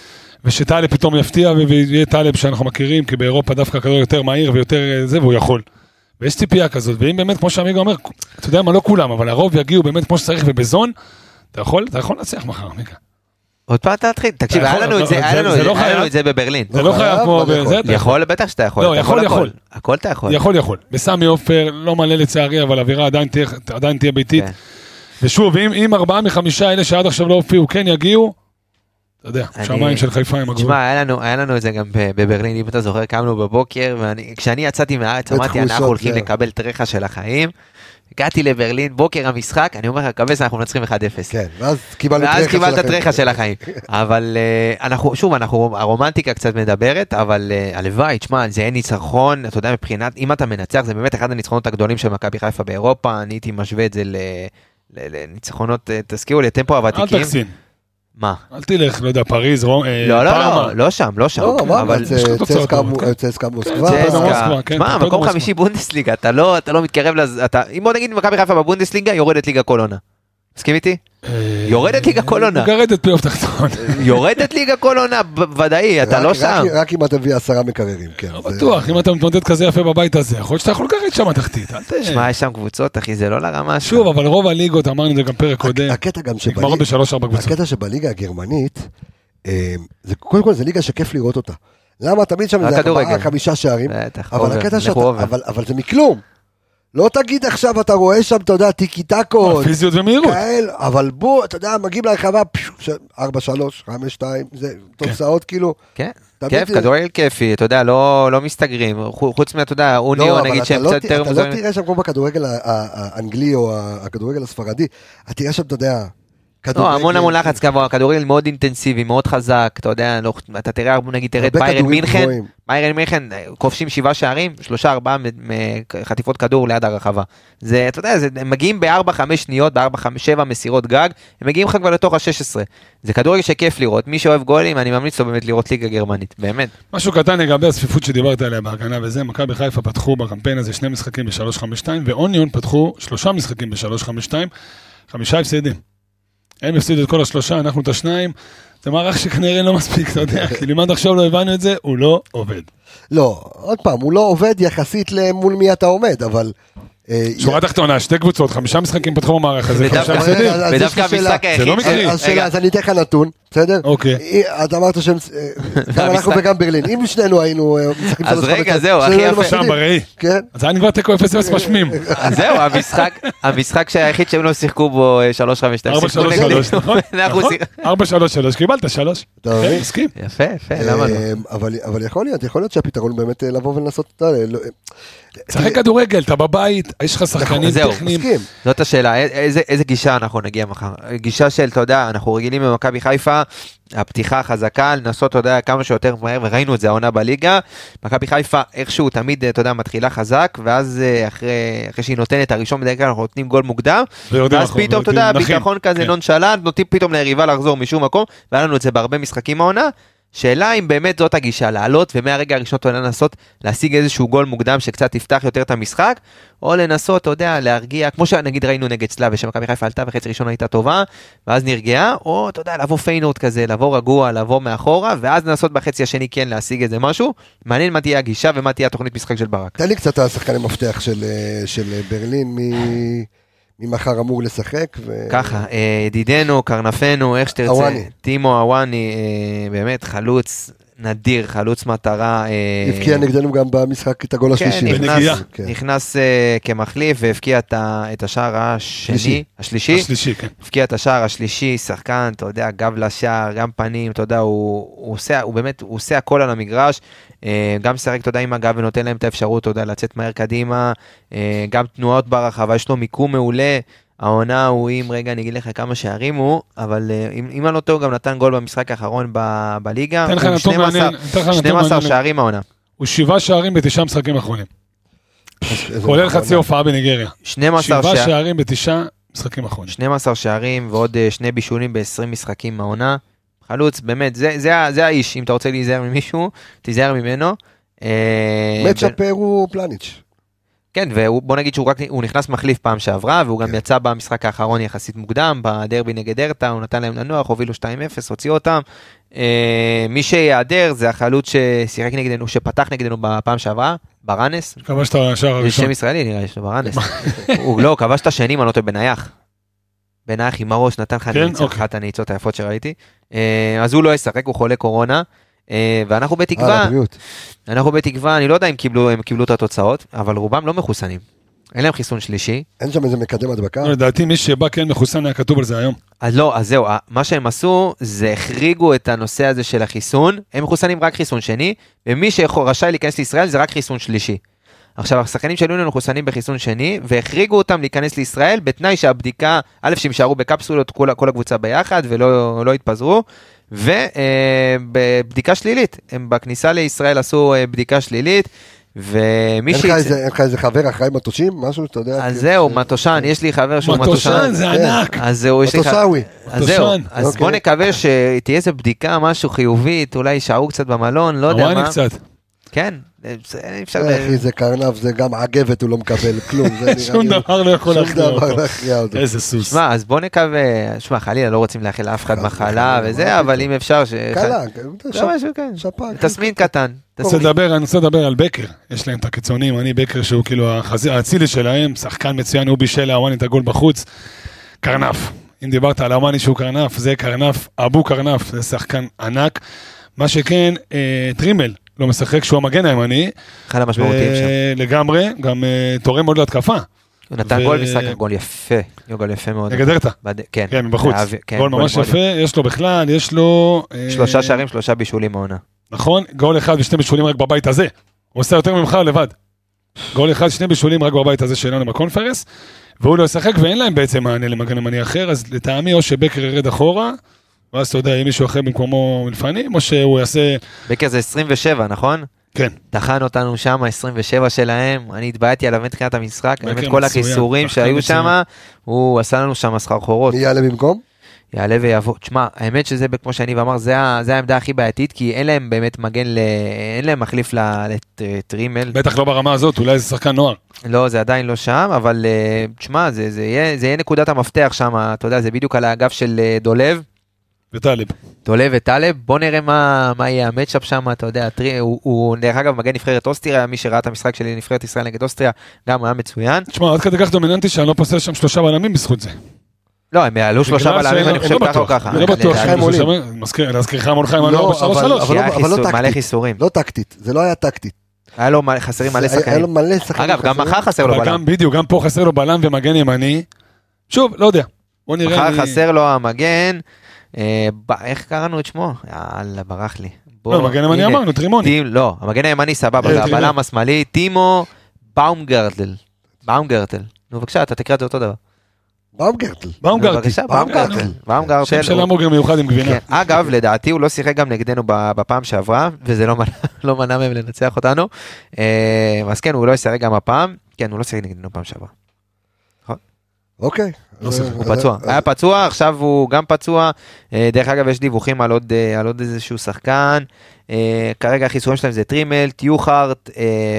ושטלב פתאום יפתיע, ויהיה טלב שאנחנו מכירים, כי באירופה דווקא כדור יותר מהיר ויותר זה, והוא יכול. ויש ציפייה כזאת, ואם באמת, כמו שעמיגה אומר, אתה יודע מה, לא כולם, אבל הרוב יגיעו באמת כמו שצריך ובזון, אתה יכול, אתה יכול להצליח מחר, עמיגה. עוד פעם תתחיל, תקשיב, היה לנו את זה, היה לנו את זה בברלין. זה לא חייב כמו בזה. יכול, בטח שאתה יכול. לא, יכול, יכול. הכל אתה יכול. יכול, יכול. בסמי עופר, לא מלא לצערי, אבל אווירה עדיין תהיה ביתית. ושוב, אם ארבעה מחמישה אלה שעד עכשיו לא הופיעו, כן יגיעו, אתה יודע, שמיים של חיפה עם הגבול. תשמע, היה לנו את זה גם בברלין, אם אתה זוכר, קמנו בבוקר, וכשאני יצאתי מהארץ, אמרתי, אנחנו הולכים לקבל טרחה של החיים, הגעתי לברלין, בוקר המשחק, אני אומר לך, קבס, אנחנו מנצחים אחד אפס. כן, ואז קיבלת טרחה של החיים. אבל אנחנו, שוב, אנחנו, הרומנטיקה קצת מדברת, אבל הלוואי, תשמע, זה אין ניצחון, אתה יודע, מבחינת, אם אתה מנצח, זה באמת אחד הניצחונות הגדולים של מכבי חיפה באירופה, אני הייתי משווה את זה לניצחונות, תזכירו לי, אתם פה הוותיקים. אל תקסין. מה? אל תלך, לא יודע, פריז, לא, לא, לא, לא שם, לא שם. לא, אבל צסקה מוסקבה. מה, מקום חמישי בונדסליגה, אתה לא מתקרב לזה, אם בוא נגיד מכבי חיפה בבונדסליגה, יורדת ליגה כל עונה. מסכים איתי? יורדת ליגה כל עונה. יורדת פלייאוף תחתון. יורדת ליגה כל עונה, ודאי, אתה לא שם. רק אם אתה מביא עשרה מקררים, כן. לא בטוח, אם אתה מתמודד כזה יפה בבית הזה, יכול להיות שאתה יכול לקראת שם התחתית. שמע, יש שם קבוצות, אחי, זה לא לרמה. שוב, אבל רוב הליגות, אמרנו את זה גם פרק קודם. הקטע גם נגמרות בשלוש ארבע קבוצות. הקטע שבליגה הגרמנית, קודם כל זה ליגה שכיף לראות אותה. למה? תמיד שם זה ארבעה, חמישה שערים. אבל זה מכלום. לא תגיד עכשיו, אתה רואה שם, אתה יודע, טיקי טקות. פיזיות ומהירות. אבל בוא, אתה יודע, מגיעים להרחבה, ארבע שלוש, חמש שתיים, זה תוצאות כאילו. כן, כיף, כדורגל כיפי, אתה יודע, לא מסתגרים. חוץ מה, אתה יודע, אוניו, נגיד שהם קצת יותר מוזרים. אתה לא תראה שם כמו בכדורגל האנגלי או הכדורגל הספרדי, אתה תראה שם, אתה יודע, לא, המון המון לחץ, כדורגל מאוד אינטנסיבי, מאוד חזק, אתה יודע, אתה תראה, נגיד, תראה את ביירן מינכן, ביירן מינכן, כובשים שבעה שערים, שלושה, ארבעה חטיפות כדור ליד הרחבה. זה, אתה יודע, הם מגיעים בארבע, חמש שניות, בארבע, חמש, שבע מסירות גג, הם מגיעים לך כבר לתוך ה-שש עשרה. זה כדורגל שכיף לראות, מי שאוהב גולים, אני ממליץ לו באמת לראות ליגה גרמנית, באמת. משהו קטן לגבי הספיפות שדיברת עליה בהגנה וזה, מכבי חיפה פתחו בקמפיין הזה שני משחקים ב-שלוש חמש שתיים, ואוניון פתחו שלושה משחקים ב-שלוש חמש שתיים, חמישה הפסדים. הם הפסידו את כל השלושה, אנחנו את השניים, זה מערך שכנראה לא מספיק, אתה יודע, כי לימד עכשיו לא הבנו את זה, הוא לא עובד. לא, עוד פעם, הוא לא עובד יחסית למול מי אתה עומד, אבל... שורה תחתונה, שתי קבוצות, חמישה משחקים פתחו במערך הזה, חמישה הפסדים. ודווקא המשחק היחיד. זה לא מקרי. אז שאלה, אז אני אתן לך נתון, בסדר? אוקיי. אתה אמרת שהם, גם אנחנו וגם ברלין, אם שנינו היינו... אז רגע, זהו, הכי יפה. שם בראי. אז אני כבר תקו אפס אפס משמים. אז זהו, המשחק שהיחיד שהם לא שיחקו בו שלוש חמש שתיים. ארבע שלוש שלוש, נכון? ארבע שלוש שלוש, קיבלת שלוש. מסכים. יפה, יפה, למה לא? אבל יכול להיות, יכול להיות שהפתרון באמת לבוא ולנסות... שחק כדורגל, אתה בבית, יש לך שחקנים טכניים. זאת השאלה, איזה גישה אנחנו נגיע מחר? גישה של, אתה יודע, אנחנו רגילים במכבי חיפה, הפתיחה החזקה, לנסות, אתה יודע, כמה שיותר מהר, וראינו את זה העונה בליגה, מכבי חיפה איכשהו תמיד, אתה יודע, מתחילה חזק, ואז אחרי שהיא נותנת הראשון בדרך כלל, אנחנו נותנים גול מוקדם, ואז פתאום, אתה יודע, ביטחון כזה נונשלנט, נותנים פתאום ליריבה לחזור משום מקום, והיה לנו את זה בהרבה משחקים העונה, שאלה אם באמת זאת הגישה, לעלות, ומהרגע הראשון אתה לנסות להשיג איזשהו גול מוקדם שקצת יפתח יותר את המשחק, או לנסות, אתה יודע, להרגיע, כמו שנגיד ראינו נגד סלאביה, שמכבי חיפה עלתה וחצי ראשון הייתה טובה, ואז נרגיעה, או אתה יודע, לבוא פיינוט כזה, לבוא רגוע, לבוא מאחורה, ואז לנסות בחצי השני כן להשיג איזה משהו, מעניין מה תהיה הגישה ומה תהיה התוכנית משחק של ברק. תן לי קצת השחקני מפתח של, של ברלין, מ... ממחר אמור לשחק. ו... ככה, ידידנו, קרנפנו, איך שתרצה, אוואני. טימו אוואני, באמת חלוץ נדיר, חלוץ מטרה. הבקיע נגדנו גם במשחק את הגול השלישי. כן, נכנס, נכנס כמחליף והבקיע את השער השני, השלישי. השלישי, כן. הבקיע את השער השלישי, שחקן, אתה יודע, גב לשער, גם פנים, אתה יודע, הוא, הוא עושה, הוא באמת, הוא עושה הכל על המגרש, גם שרק, אתה יודע, עם הגב ונותן להם את האפשרות, אתה יודע, לצאת מהר קדימה, גם תנועות ברחבה, יש לו מיקום מעולה, העונה הוא, אם רגע אני אגיד לך כמה שערים הוא, אבל אם, אם אני לא טוב, גם נתן גול במשחק האחרון ב, בליגה, הוא שנים עשר שערים העונה. הוא שבעה שערים בתשעה משחקים האחרונים. כולל חצי הופעה בניגריה. שבעה שערים בתשעה משחקים האחרונים. שנים עשר שערים ועוד שני בישולים ב-עשרים משחקים העונה. חלוץ, באמת, זה, זה, זה האיש, אם אתה רוצה להיזהר ממישהו, תיזהר ממנו. מצ'אפר הוא פלניץ'. כן, ובוא נגיד שהוא רק, הוא נכנס מחליף פעם שעברה, והוא גם יצא במשחק האחרון יחסית מוקדם, בדרבי נגד הרטה, הוא נתן להם לנוח, הובילו שתיים אפס, הוציא אותם. מי שיעדר זה החלוץ ששיחק נגדנו, שפתח נגדנו בפעם שעברה, ברנס. כבש את השער הראשון. זה שם ישראלי נראה, יש לו ברנס. הוא לא, כבש את השני, אני לא טועה, בנייח. בנייח עם הראש, נתן לך אחת הנעיצות היפות שראיתי. אז הוא לא ישחק, הוא חולה קורונה. ואנחנו בתקווה, אנחנו בתקווה, אני לא יודע אם קיבלו, הם קיבלו את התוצאות, אבל רובם לא מחוסנים. אין להם חיסון שלישי. אין שם איזה מקדם הדבקה? לדעתי מי שבא כן מחוסן היה כתוב על זה היום. אז לא, אז זהו, מה שהם עשו, זה החריגו את הנושא הזה של החיסון, הם מחוסנים רק חיסון שני, ומי שרשאי להיכנס לישראל זה רק חיסון שלישי. עכשיו, השחקנים שלנו הם מחוסנים בחיסון שני, והחריגו אותם להיכנס לישראל, בתנאי שהבדיקה, א' שהם שערו בקפסולות כל, כל הקבוצה ביחד, ולא לא התפזרו, ובבדיקה שלילית, הם בכניסה לישראל עשו בדיקה שלילית, ומי אין לך איזה חבר אחראי מטושים? משהו שאתה יודע? אז זהו, מטושן, יש לי חבר שהוא מטושן. מטושן, זה ענק. אז זהו, יש לי חבר. מטושאווי. אז זהו, אז בוא נקווה שתהיה איזה בדיקה, משהו חיובית, אולי שערו קצת במלון, לא יודע מה. אמרני קצת. כן, אפשר... אחי, זה קרנף, זה גם עגבת, הוא לא מקבל כלום. שום דבר לא יכול להכריע אותו. אותו. איזה סוס. שמע, אז בוא נקווה, שמע, חלילה, לא רוצים לאחל לאף אחד מחלה וזה, אבל אם אפשר ש... קלה, שפק. תסמין קטן. אני רוצה לדבר על בקר, יש להם את הקיצונים, אני בקר שהוא כאילו האצילי שלהם, שחקן מצוין, הוא בישל לאמני את הגול בחוץ, קרנף. אם דיברת על אמני שהוא קרנף, זה קרנף, אבו קרנף, זה שחקן ענק. מה שכן, טרימל. לא משחק שהוא המגן הימני. אחד המשמעותיים שם. לגמרי, גם תורם מאוד להתקפה. הוא נתן גול משחק, גול יפה. גול יפה מאוד. נגד הרטה. כן. כן, בחוץ. גול ממש יפה, יש לו בכלל, יש לו... שלושה שערים, שלושה בישולים מעונה. נכון, גול אחד ושני בישולים רק בבית הזה. הוא עושה יותר ממך לבד. גול אחד, שני בישולים רק בבית הזה שלנו בקונפרנס, והוא לא ישחק ואין להם בעצם מענה למגן ימני אחר, אז לטעמי או שבקר ירד אחורה, ואז אתה יודע, אם מישהו אחר במקומו מלפנים, או שהוא יעשה... בקר זה עשרים ושבע, נכון? כן. תחן אותנו שם, עשרים ושבע שלהם, אני התבעתי עליו מתחילת המשחק, באמת כל החיסורים שהיו שם, הוא עשה לנו שם מסחר חורות. מי יעלה במקום? יעלה ויבוא. תשמע, האמת שזה, כמו שאני ואמר, זה העמדה הכי בעייתית, כי אין להם באמת מגן, אין להם מחליף לטרימל. בטח לא ברמה הזאת, אולי זה שחקן נוער. לא, זה עדיין לא שם, אבל תשמע, זה יהיה נקודת המפתח שם, אתה יודע, זה בדיוק על האגף של דולב. וטלב. דולב וטלב, בוא נראה מה, מה יהיה המצ'אפ שם, אתה יודע, טרי, הוא, הוא דרך אגב מגן נבחרת אוסטריה, מי שראה את המשחק שלי נבחרת ישראל נגד אוסטריה, גם היה מצוין. תשמע, עד כדי כך דומיננטי שאני לא פוסל שם שלושה בלמים בזכות זה. לא, הם יעלו שלושה בלמים, אני חושב ככה או ככה. אני לא בטוח, להזכירך מול חיים, אני לא שלוש שלוש. אבל לא מלא חיסורים. לא טקטית, זה לא היה טקטית. היה לו חסרים מלא שחקנים. היה לו מלא שחקנים. אגב, גם מחר חסר לו בלם. בדיוק, גם פה חסר לו בלם ומגן ימני. שוב, לא יודע. מחר חסר לו המגן. איך קראנו את שמו? יאללה, ברח לי. לא, המגן הימני אמרנו, טרימוני. לא, המגן הימני סבבה, הבלם השמאלי, טימו באומגרטל. באומגרטל. נו, בבקשה, אתה תקרא את זה אותו דבר. באומגרטל. באומגרטל. באומגרטל. באומגרטל. שם של המוגר מיוחד עם גבינה. אגב, לדעתי הוא לא שיחק גם נגדנו בפעם שעברה, וזה לא מנע מהם לנצח אותנו. אז כן, הוא לא ישחק גם הפעם. כן, הוא לא שיחק נגדנו פעם שעברה. אוקיי. הוא פצוע, היה פצוע, עכשיו הוא גם פצוע, דרך אגב יש דיווחים על עוד, על עוד איזשהו שחקן, כרגע החיסורים שלהם זה טרימל, טיוחארט,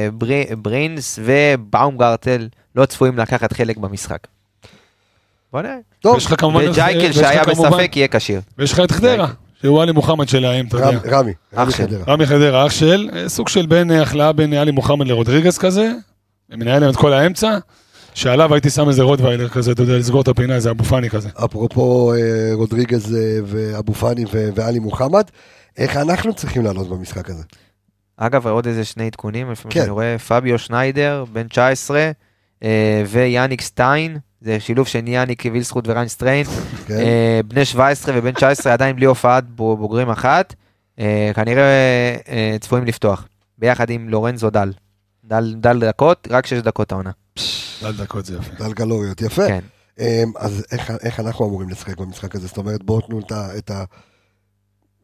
ברינס ובאומגרטל, לא צפויים לקחת חלק במשחק. בוא נראה. טוב, וג'ייקל שהיה בספק יהיה קשיר. ויש לך את חדרה, שהוא עלי מוחמד שלהם, אתה יודע. רמי, אח של. רמי חדרה, אח של, סוג של בין החלאה בין עלי מוחמד לרודריגס כזה, מנהל להם את כל האמצע, שעליו הייתי שם איזה רוטוויילר כזה, אתה יודע, לסגור את הפינה, איזה אבו פאני כזה. אפרופו רודריגז ואבו פאני ועלי מוחמד, איך אנחנו צריכים לעלות במשחק הזה? אגב, עוד איזה שני עדכונים, לפעמים אני רואה, פביו שניידר, בן תשע עשרה, ויאניק סטיין, זה שילוב שני יאניק וילסחוט וריין סטריין, בני שבע עשרה ובן תשע עשרה עדיין בלי הופעת בוגרים אחת, כנראה צפויים לפתוח, ביחד עם לורנזו דל. דל, דל דקות, רק שש דקות העונה. דל דקות זה יפה. דל קלוריות, יפה. כן. אז איך, איך אנחנו אמורים לשחק במשחק הזה? זאת אומרת, בואו תנו את ה...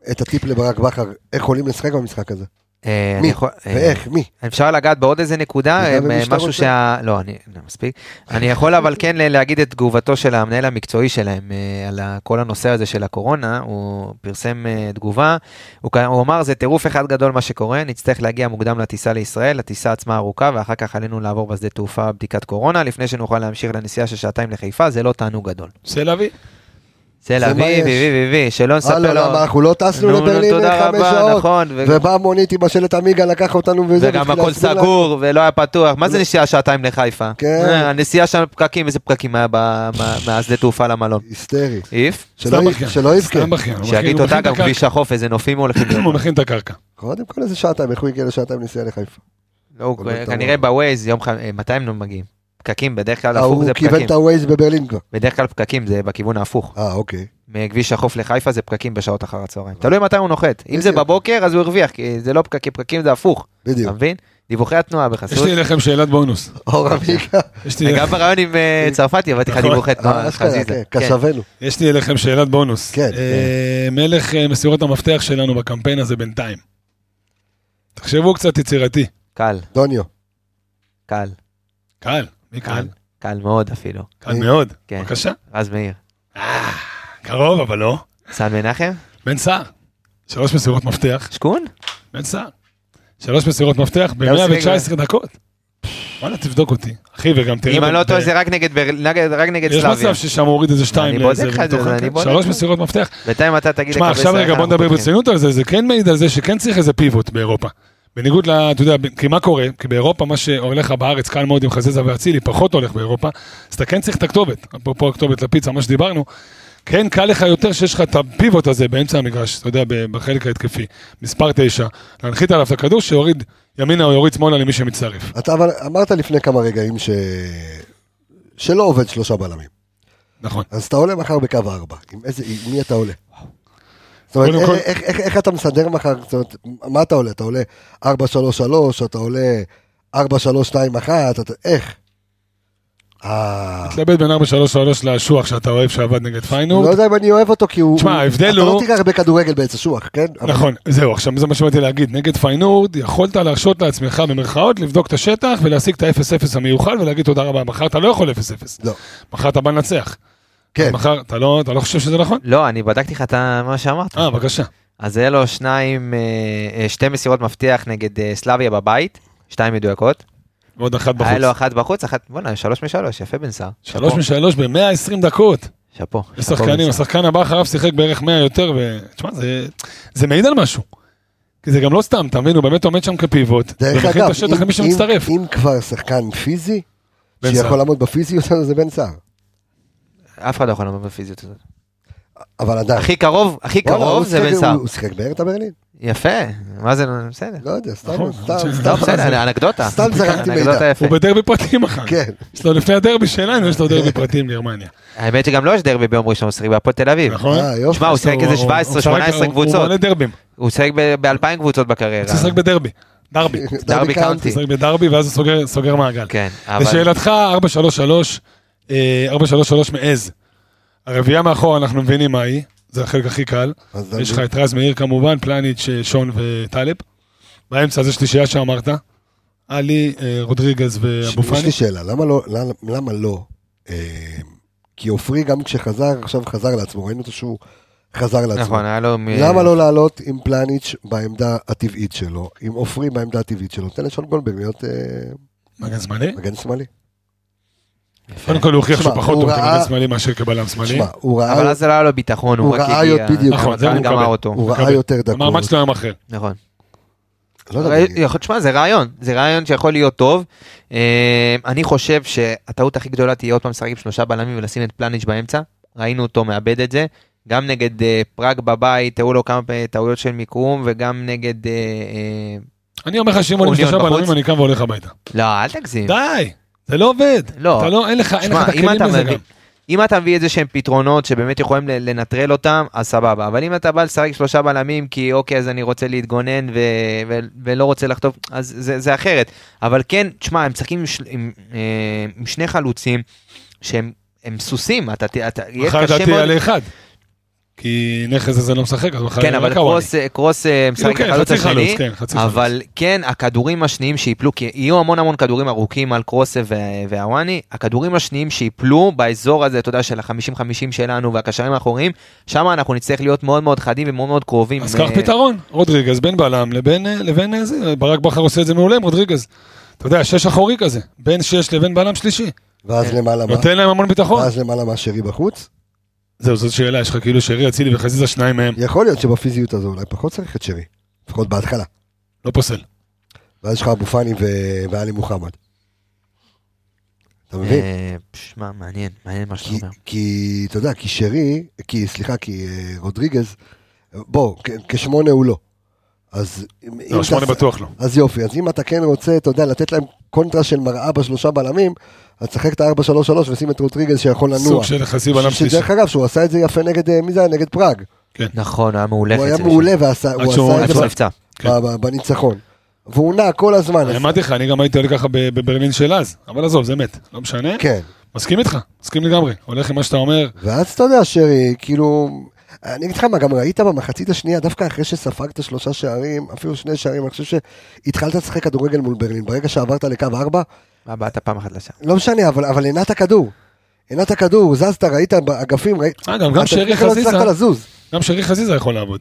את הטיפ לברק בכר, איך עולים לשחק במשחק הזה? אה, אני מי? יכול- אה, ואיך? מי? אפשר לגעת בעוד איזה נקודה, אתה אה, במי שאתה משהו רוצה? שה... לא, אני... לא, מספיק. אני יכול אבל כן להגיד את תגובתו של המנהל המקצועי שלהם אה, על ה- כל הנושא הזה של הקורונה, הוא פרסם אה, תגובה, הוא כ- הוא אמר, זה טירוף אחד גדול מה שקורה, נצטרך להגיע מוקדם לטיסה לישראל, הטיסה עצמה ארוכה, ואחר כך עלינו לעבור בשדה תעופה בדיקת קורונה, לפני שנוכל להמשיך לנסיעה של שעתיים לחיפה, זה לא תענוג גדול. זה להביא. זה מה להביא, יש? וי, וי, וי, שלא אה, נספר לא, לו... למה אנחנו לא טסנו נו, נו, לברלין תודה חמש רבה, שעות, נכון, ו- ובא מונית עם השלט עמיגה, לקח אותנו וזה, וגם והתחיל הכל להסביר לנו. סגור ולא היה פתוח, מה זה נסיעה שעתיים לחיפה? כן. אה, הנסיעה שם פקקים, איזה פקים היה ב- מה- מהשדה תעופה למלון? היסטרי. איף? שלא סתם י- בכיין. שלא יבכה. סתם בכיין. הוא מכין- שיגיד הוא תודה מכין גם את הקרקע. כביש החוף, איזה נופים הולכים להיות. הוא מכין את הקרקע. קודם כל איזה שעתיים, איך הוא הגיע לשעתיים נסיעה לחיפה? לא, הוא- אבל אתה כנראה אומר. בווייז, יום ח... אה, מתי הם לא מגיעים? פקקים, בדרך כלל אה, הפוך הוא זה כיוון פקקים. את הווייז בברלין כבר. בדרך כלל פקקים זה בכיוון ההפוך. אה, אוקיי. מכביש החוף לחיפה זה פקקים בשעות אחר הצהריים. תלוי מתי הוא נוחת. אם זה בדיוק. בבוקר אז הוא הרוויח, כי זה לא פקקים, פקקים זה הפוך. בדיוק. אתה מבין? דיווחי התנועה יש בחסות. לי אליכם שאלת בונוס. אור עמיגה. יש לי גם ברעיון עם אה, צרפתי, הבאתי לך נכון. דיווחי תנועה אה, אשכרה, חזיזה. כן, כן. קשבנו. יש לי אליכם שאלת בונוס. כן, אה, מלך אה, מסירות המפתח שלנו בקמפיין הזה בינתיים. תחשבו קצת יצירתי. קל, דוניו. קל, קל. מי קל? קל מאוד אפילו. קל מאוד. כן. בבקשה. רז מאיר. קרוב, אבל לא. סן מנחם? בן סער. שלוש מסירות מפתח. שקון? בן סער. שלוש מסירות מפתח ב-מאה ותשע עשרה דקות. וואלה, תבדוק אותי. אחי, וגם תראה... אם אני לא ב- טועה זה רק נגד בר- נגד- רק נגד יש סלאביה. מצב ששם הוא הוריד איזה שתיים. אני בודק לזה, לך את זה, ומתוכן, אני כן. בודק שלוש לך. מסירות מפתח. בינתיים אתה תגיד תשמע, עכשיו לקבל רגע, בוא אנחנו נדבר פותחים. ברצינות על זה, זה כן מעיד על זה שכן צריך איזה פיבוט באירופה. בניגוד ל... אתה יודע, כי מה קורה? כי באירופה, מה שהולך לך בארץ קל מאוד עם חזיזה ואצילי, פחות הולך באירופה, אז אתה כן צריך את הכתובת. אפרופו הכתובת לפיצה, מה שדיברנו, כן קל לך יותר שיש לך את הפיבוט הזה באמצע המגרש, אתה יודע, בחלק ההתקפי, מספר תשע, להנחית עליו את הכדור שיוריד ימינה או יוריד שמאלה למי שמצטרף. אתה אבל אמרת לפני כמה רגעים ש... שלא עובד שלושה בלמים. נכון. אז אתה עולה מחר בקו ארבע. עם איזה... עם מי אתה עולה? זאת אומרת, קודם איך, כל- איך, איך, איך אתה מסדר מחר? זאת אומרת, מה אתה עולה? אתה עולה ארבע שלוש שלוש, אתה עולה ארבע שלוש שתיים אחת, אתה... איך? אה... תלבט בין ארבע שלוש שלוש לשוח שאתה אוהב שעבד נגד לא פיינורד. יודע אם אני אוהב אותו, כי הוא... תשמע, הוא- ההבדל אתה הוא- לא תיקח הרבה כדורגל בעץ השוח, כן? אבל- נכון, זהו, עכשיו זה מה שבאתי להגיד, נגד פיינורד יכולת להרשות לעצמך במרכאות, לבדוק את השטח ולהשיג את ה-אפס אפס המיוחל ולהגיד תודה רבה, מחר אתה לא יכול אפס אפס, לא. מחר אתה בא לנצח. כן. מחר, אתה לא, אתה לא חושב שזה נכון? לא, אני בדקתי לך את ה- מה שאמרת. אה, בבקשה. אז היה לו שניים, אה, אה, שתי מסירות מפתח נגד אה, סלאביה בבית, שתיים מדויקות. ועוד אחת בחוץ. היה לו אחת בחוץ, אחת, בוא'נה, שלוש משלוש, יפה בן סער. שלוש שאפו, משלוש ב-מאה ועשרים דקות. שאפו. יש שאפו, שחקנים, בן סער. השחקן הבא אחריו שיחק בערך מאה יותר, ותשמע, זה, זה מעיד על משהו. כי זה גם לא סתם, אתה מבין, הוא באמת עומד שם כפיבוט, דרך ומכין אגב, את השטח אם- למי שמצטרף. אם- אם כבר שחקן פיזי, בן שיכול סער. לעמוד בפיזיות הזה, זה בן סער. אף אחד לא יכול לעמוד בפיזיות הזאת. אבל עדיין. הכי קרוב, הכי וואלה, קרוב הוא זה שיחק- בן סער. הוא- הוא שיחק בארתה ברלין? יפה, מה זה, בסדר. לא יודע, סתם, נכון. סתם, לא, סתם. בסדר, אנקדוטה. סתם זרקתי מידע. אנקדוטה יפה. הוא בדרבי פרטי מחר. כן. יש לו לפני הדרבי שלנו, יש לו דרבי פרטי עם גרמניה. האמת שגם לא יש דרבי ביום ראשון, הוא שיחק בהפועל תל אביב. נכון? אה, יופי. שמע, הוא שיחק איזה שבע עשרה שמונה עשרה הוא קבוצות. מלא דרבים. הוא שיחק ב-אלפיים קבוצות בקריירה. הוא שיחק בדרבי. דרבי. דרבי קאונטי. הוא שיחק בדרבי ואז הוא סוגר- סוגר מעגל. כן, אבל... לשאלתך, ארבע שלוש שלוש, אה, ארבע שלוש שלוש מעז. הרביעייה מאחור, אנחנו מבינים מה היא. זה החלק הכי קל. אז יש לך את רז מאיר כמובן, פלניץ', שון וטלב. באמצע זה שלישייה שאמרת. עלי, אה, רודריגז ואבו יש פאני. לי שאלה, למה לא, למה- למה לא? אה, כי עופרי גם כשחזר, עכשיו חזר לעצמו, ראינו אותו שהוא חזר לעצמו. נכון, היה לו... מ- למה לא לעלות עם פלניץ' בעמדה הטבעית שלו, עם עופרי בעמדה הטבעית שלו? תן לשון גולדברג להיות אה, מגן שמאלי? מגן שמאלי. קודם כל הוא הוכיח תשמע, שהוא פחות הוא טוב ראה- כמגן שמאלי מאשר כבלם שמאלי. תשמע, הוא ראה, אבל אז לא היה לו ביטחון, הוא הוא רק ראה הגיע. יותר בדיוק. נכון, זה הוא גמר מקבל. אותו. הוא ראה מקבל. יותר דקות. המאמץ שלו היום אחר. נכון. לא יודע, יכול- תשמע, זה רעיון, זה רעיון שיכול להיות טוב. אה, אני חושב שהטעות הכי גדולה תהיה עוד פעם לשחק עם שלושה בלמים ולשים את פלניץ' באמצע. ראינו אותו מאבד את זה. גם נגד אה, פראג בבית, היו לו כמה טעויות של מיקום, וגם נגד... אה, אה, אני אומר לך שאם עולים אוניון שלושה בחוץ. בלמים אני קם והולך הביתה. לא, אל תגזים. די, זה לא עובד. לא. אתה לא, אין לך אין לך שמע, את אם הכלים אתה לזה מביא- גם. אם אתה מביא איזה שהם פתרונות שבאמת יכולים ל- לנטרל אותם, אז סבבה. אבל אם אתה בא לשחק שלושה בלמים, כי אוקיי, אז אני רוצה להתגונן ו- ו- ולא רוצה לחטוף, אז זה, זה אחרת. אבל כן, תשמע, הם משחקים עם, של- עם, אה, עם שני חלוצים שהם הם סוסים. אתה, ת- אתה, יהיה מחר קשה דעתי מאוד. יעלה אחד. כי נכס הזה לא משחק, אז הוא כן, אבל קרוס, קרוס משחק כן, החלוץ חצי חלוץ, השני, כן, חצי אבל חלוץ. כן, הכדורים השניים שיפלו, כי יהיו המון המון כדורים ארוכים על קרוס והוואני, הכדורים השניים שיפלו באזור הזה, אתה יודע, של ה-חמישים חמישים שלנו והקשרים האחוריים, שם אנחנו נצטרך להיות מאוד מאוד חדים ומאוד מאוד קרובים. אז קח פתרון, רודריגז, בין בלם לבין, לבין זה, ברק בכר עושה את זה מעולה עם רודריגז. אתה יודע, שש אחורי כזה, בין שש לבין בלם שלישי. ואז למעלה מה? נותן להם המון ביטחון. ואז למעלה מה שרי בחוץ? זהו, זאת שאלה, יש לך כאילו שרי, אצילי וחזיזה שניים מהם. יכול להיות שבפיזיות הזו אולי פחות צריך את שרי, לפחות בהתחלה. לא פוסל. ואז יש לך אבו פאני ואלי מוחמד. אתה מבין? שמע, מעניין, מעניין מה שאתה אומר. כי, אתה יודע, כי שרי, כי, סליחה, כי רודריגז, בוא, כשמונה הוא לא. אז... לא, שמונה בטוח לא. אז יופי, אז אם אתה כן רוצה, אתה יודע, לתת להם קונטרה של מראה בשלושה בלמים, אז תשחק את ה-ארבע שלוש שלוש ושים את רודריגז שיכול לנוע. סוג של חצי בלם שלישי. שדרך אגב, שהוא עשה את זה יפה נגד, מי זה היה? נגד פראג. נכון, היה מעולה. הוא היה מעולה ועשה את זה בניצחון. והוא נע כל הזמן. אני אמרתי לך, אני גם הייתי עולה ככה בברלין של אז, אבל עזוב, זה מת, לא משנה. כן. מסכים איתך, מסכים לגמרי, הולך עם מה שאתה אומר. ואז אתה יודע, שרי, כאילו, אני אגיד לך מה, גם ראית במחצית השנייה, דווקא אחרי שספגת שלושה שערים, אפילו שני שערים, אני חושב שהתחלת לשחק כדורגל מול ברלין, ברגע שעברת לקו ארבע, מה באת פעם אחת לשם? לא משנה, אבל, אבל עינת הכדור, עינת הכדור, זזת, ראית באגפים, ראית, אגב, גם שרי חזיזה, לזוז. גם שרי חזיזה יכול לעבוד.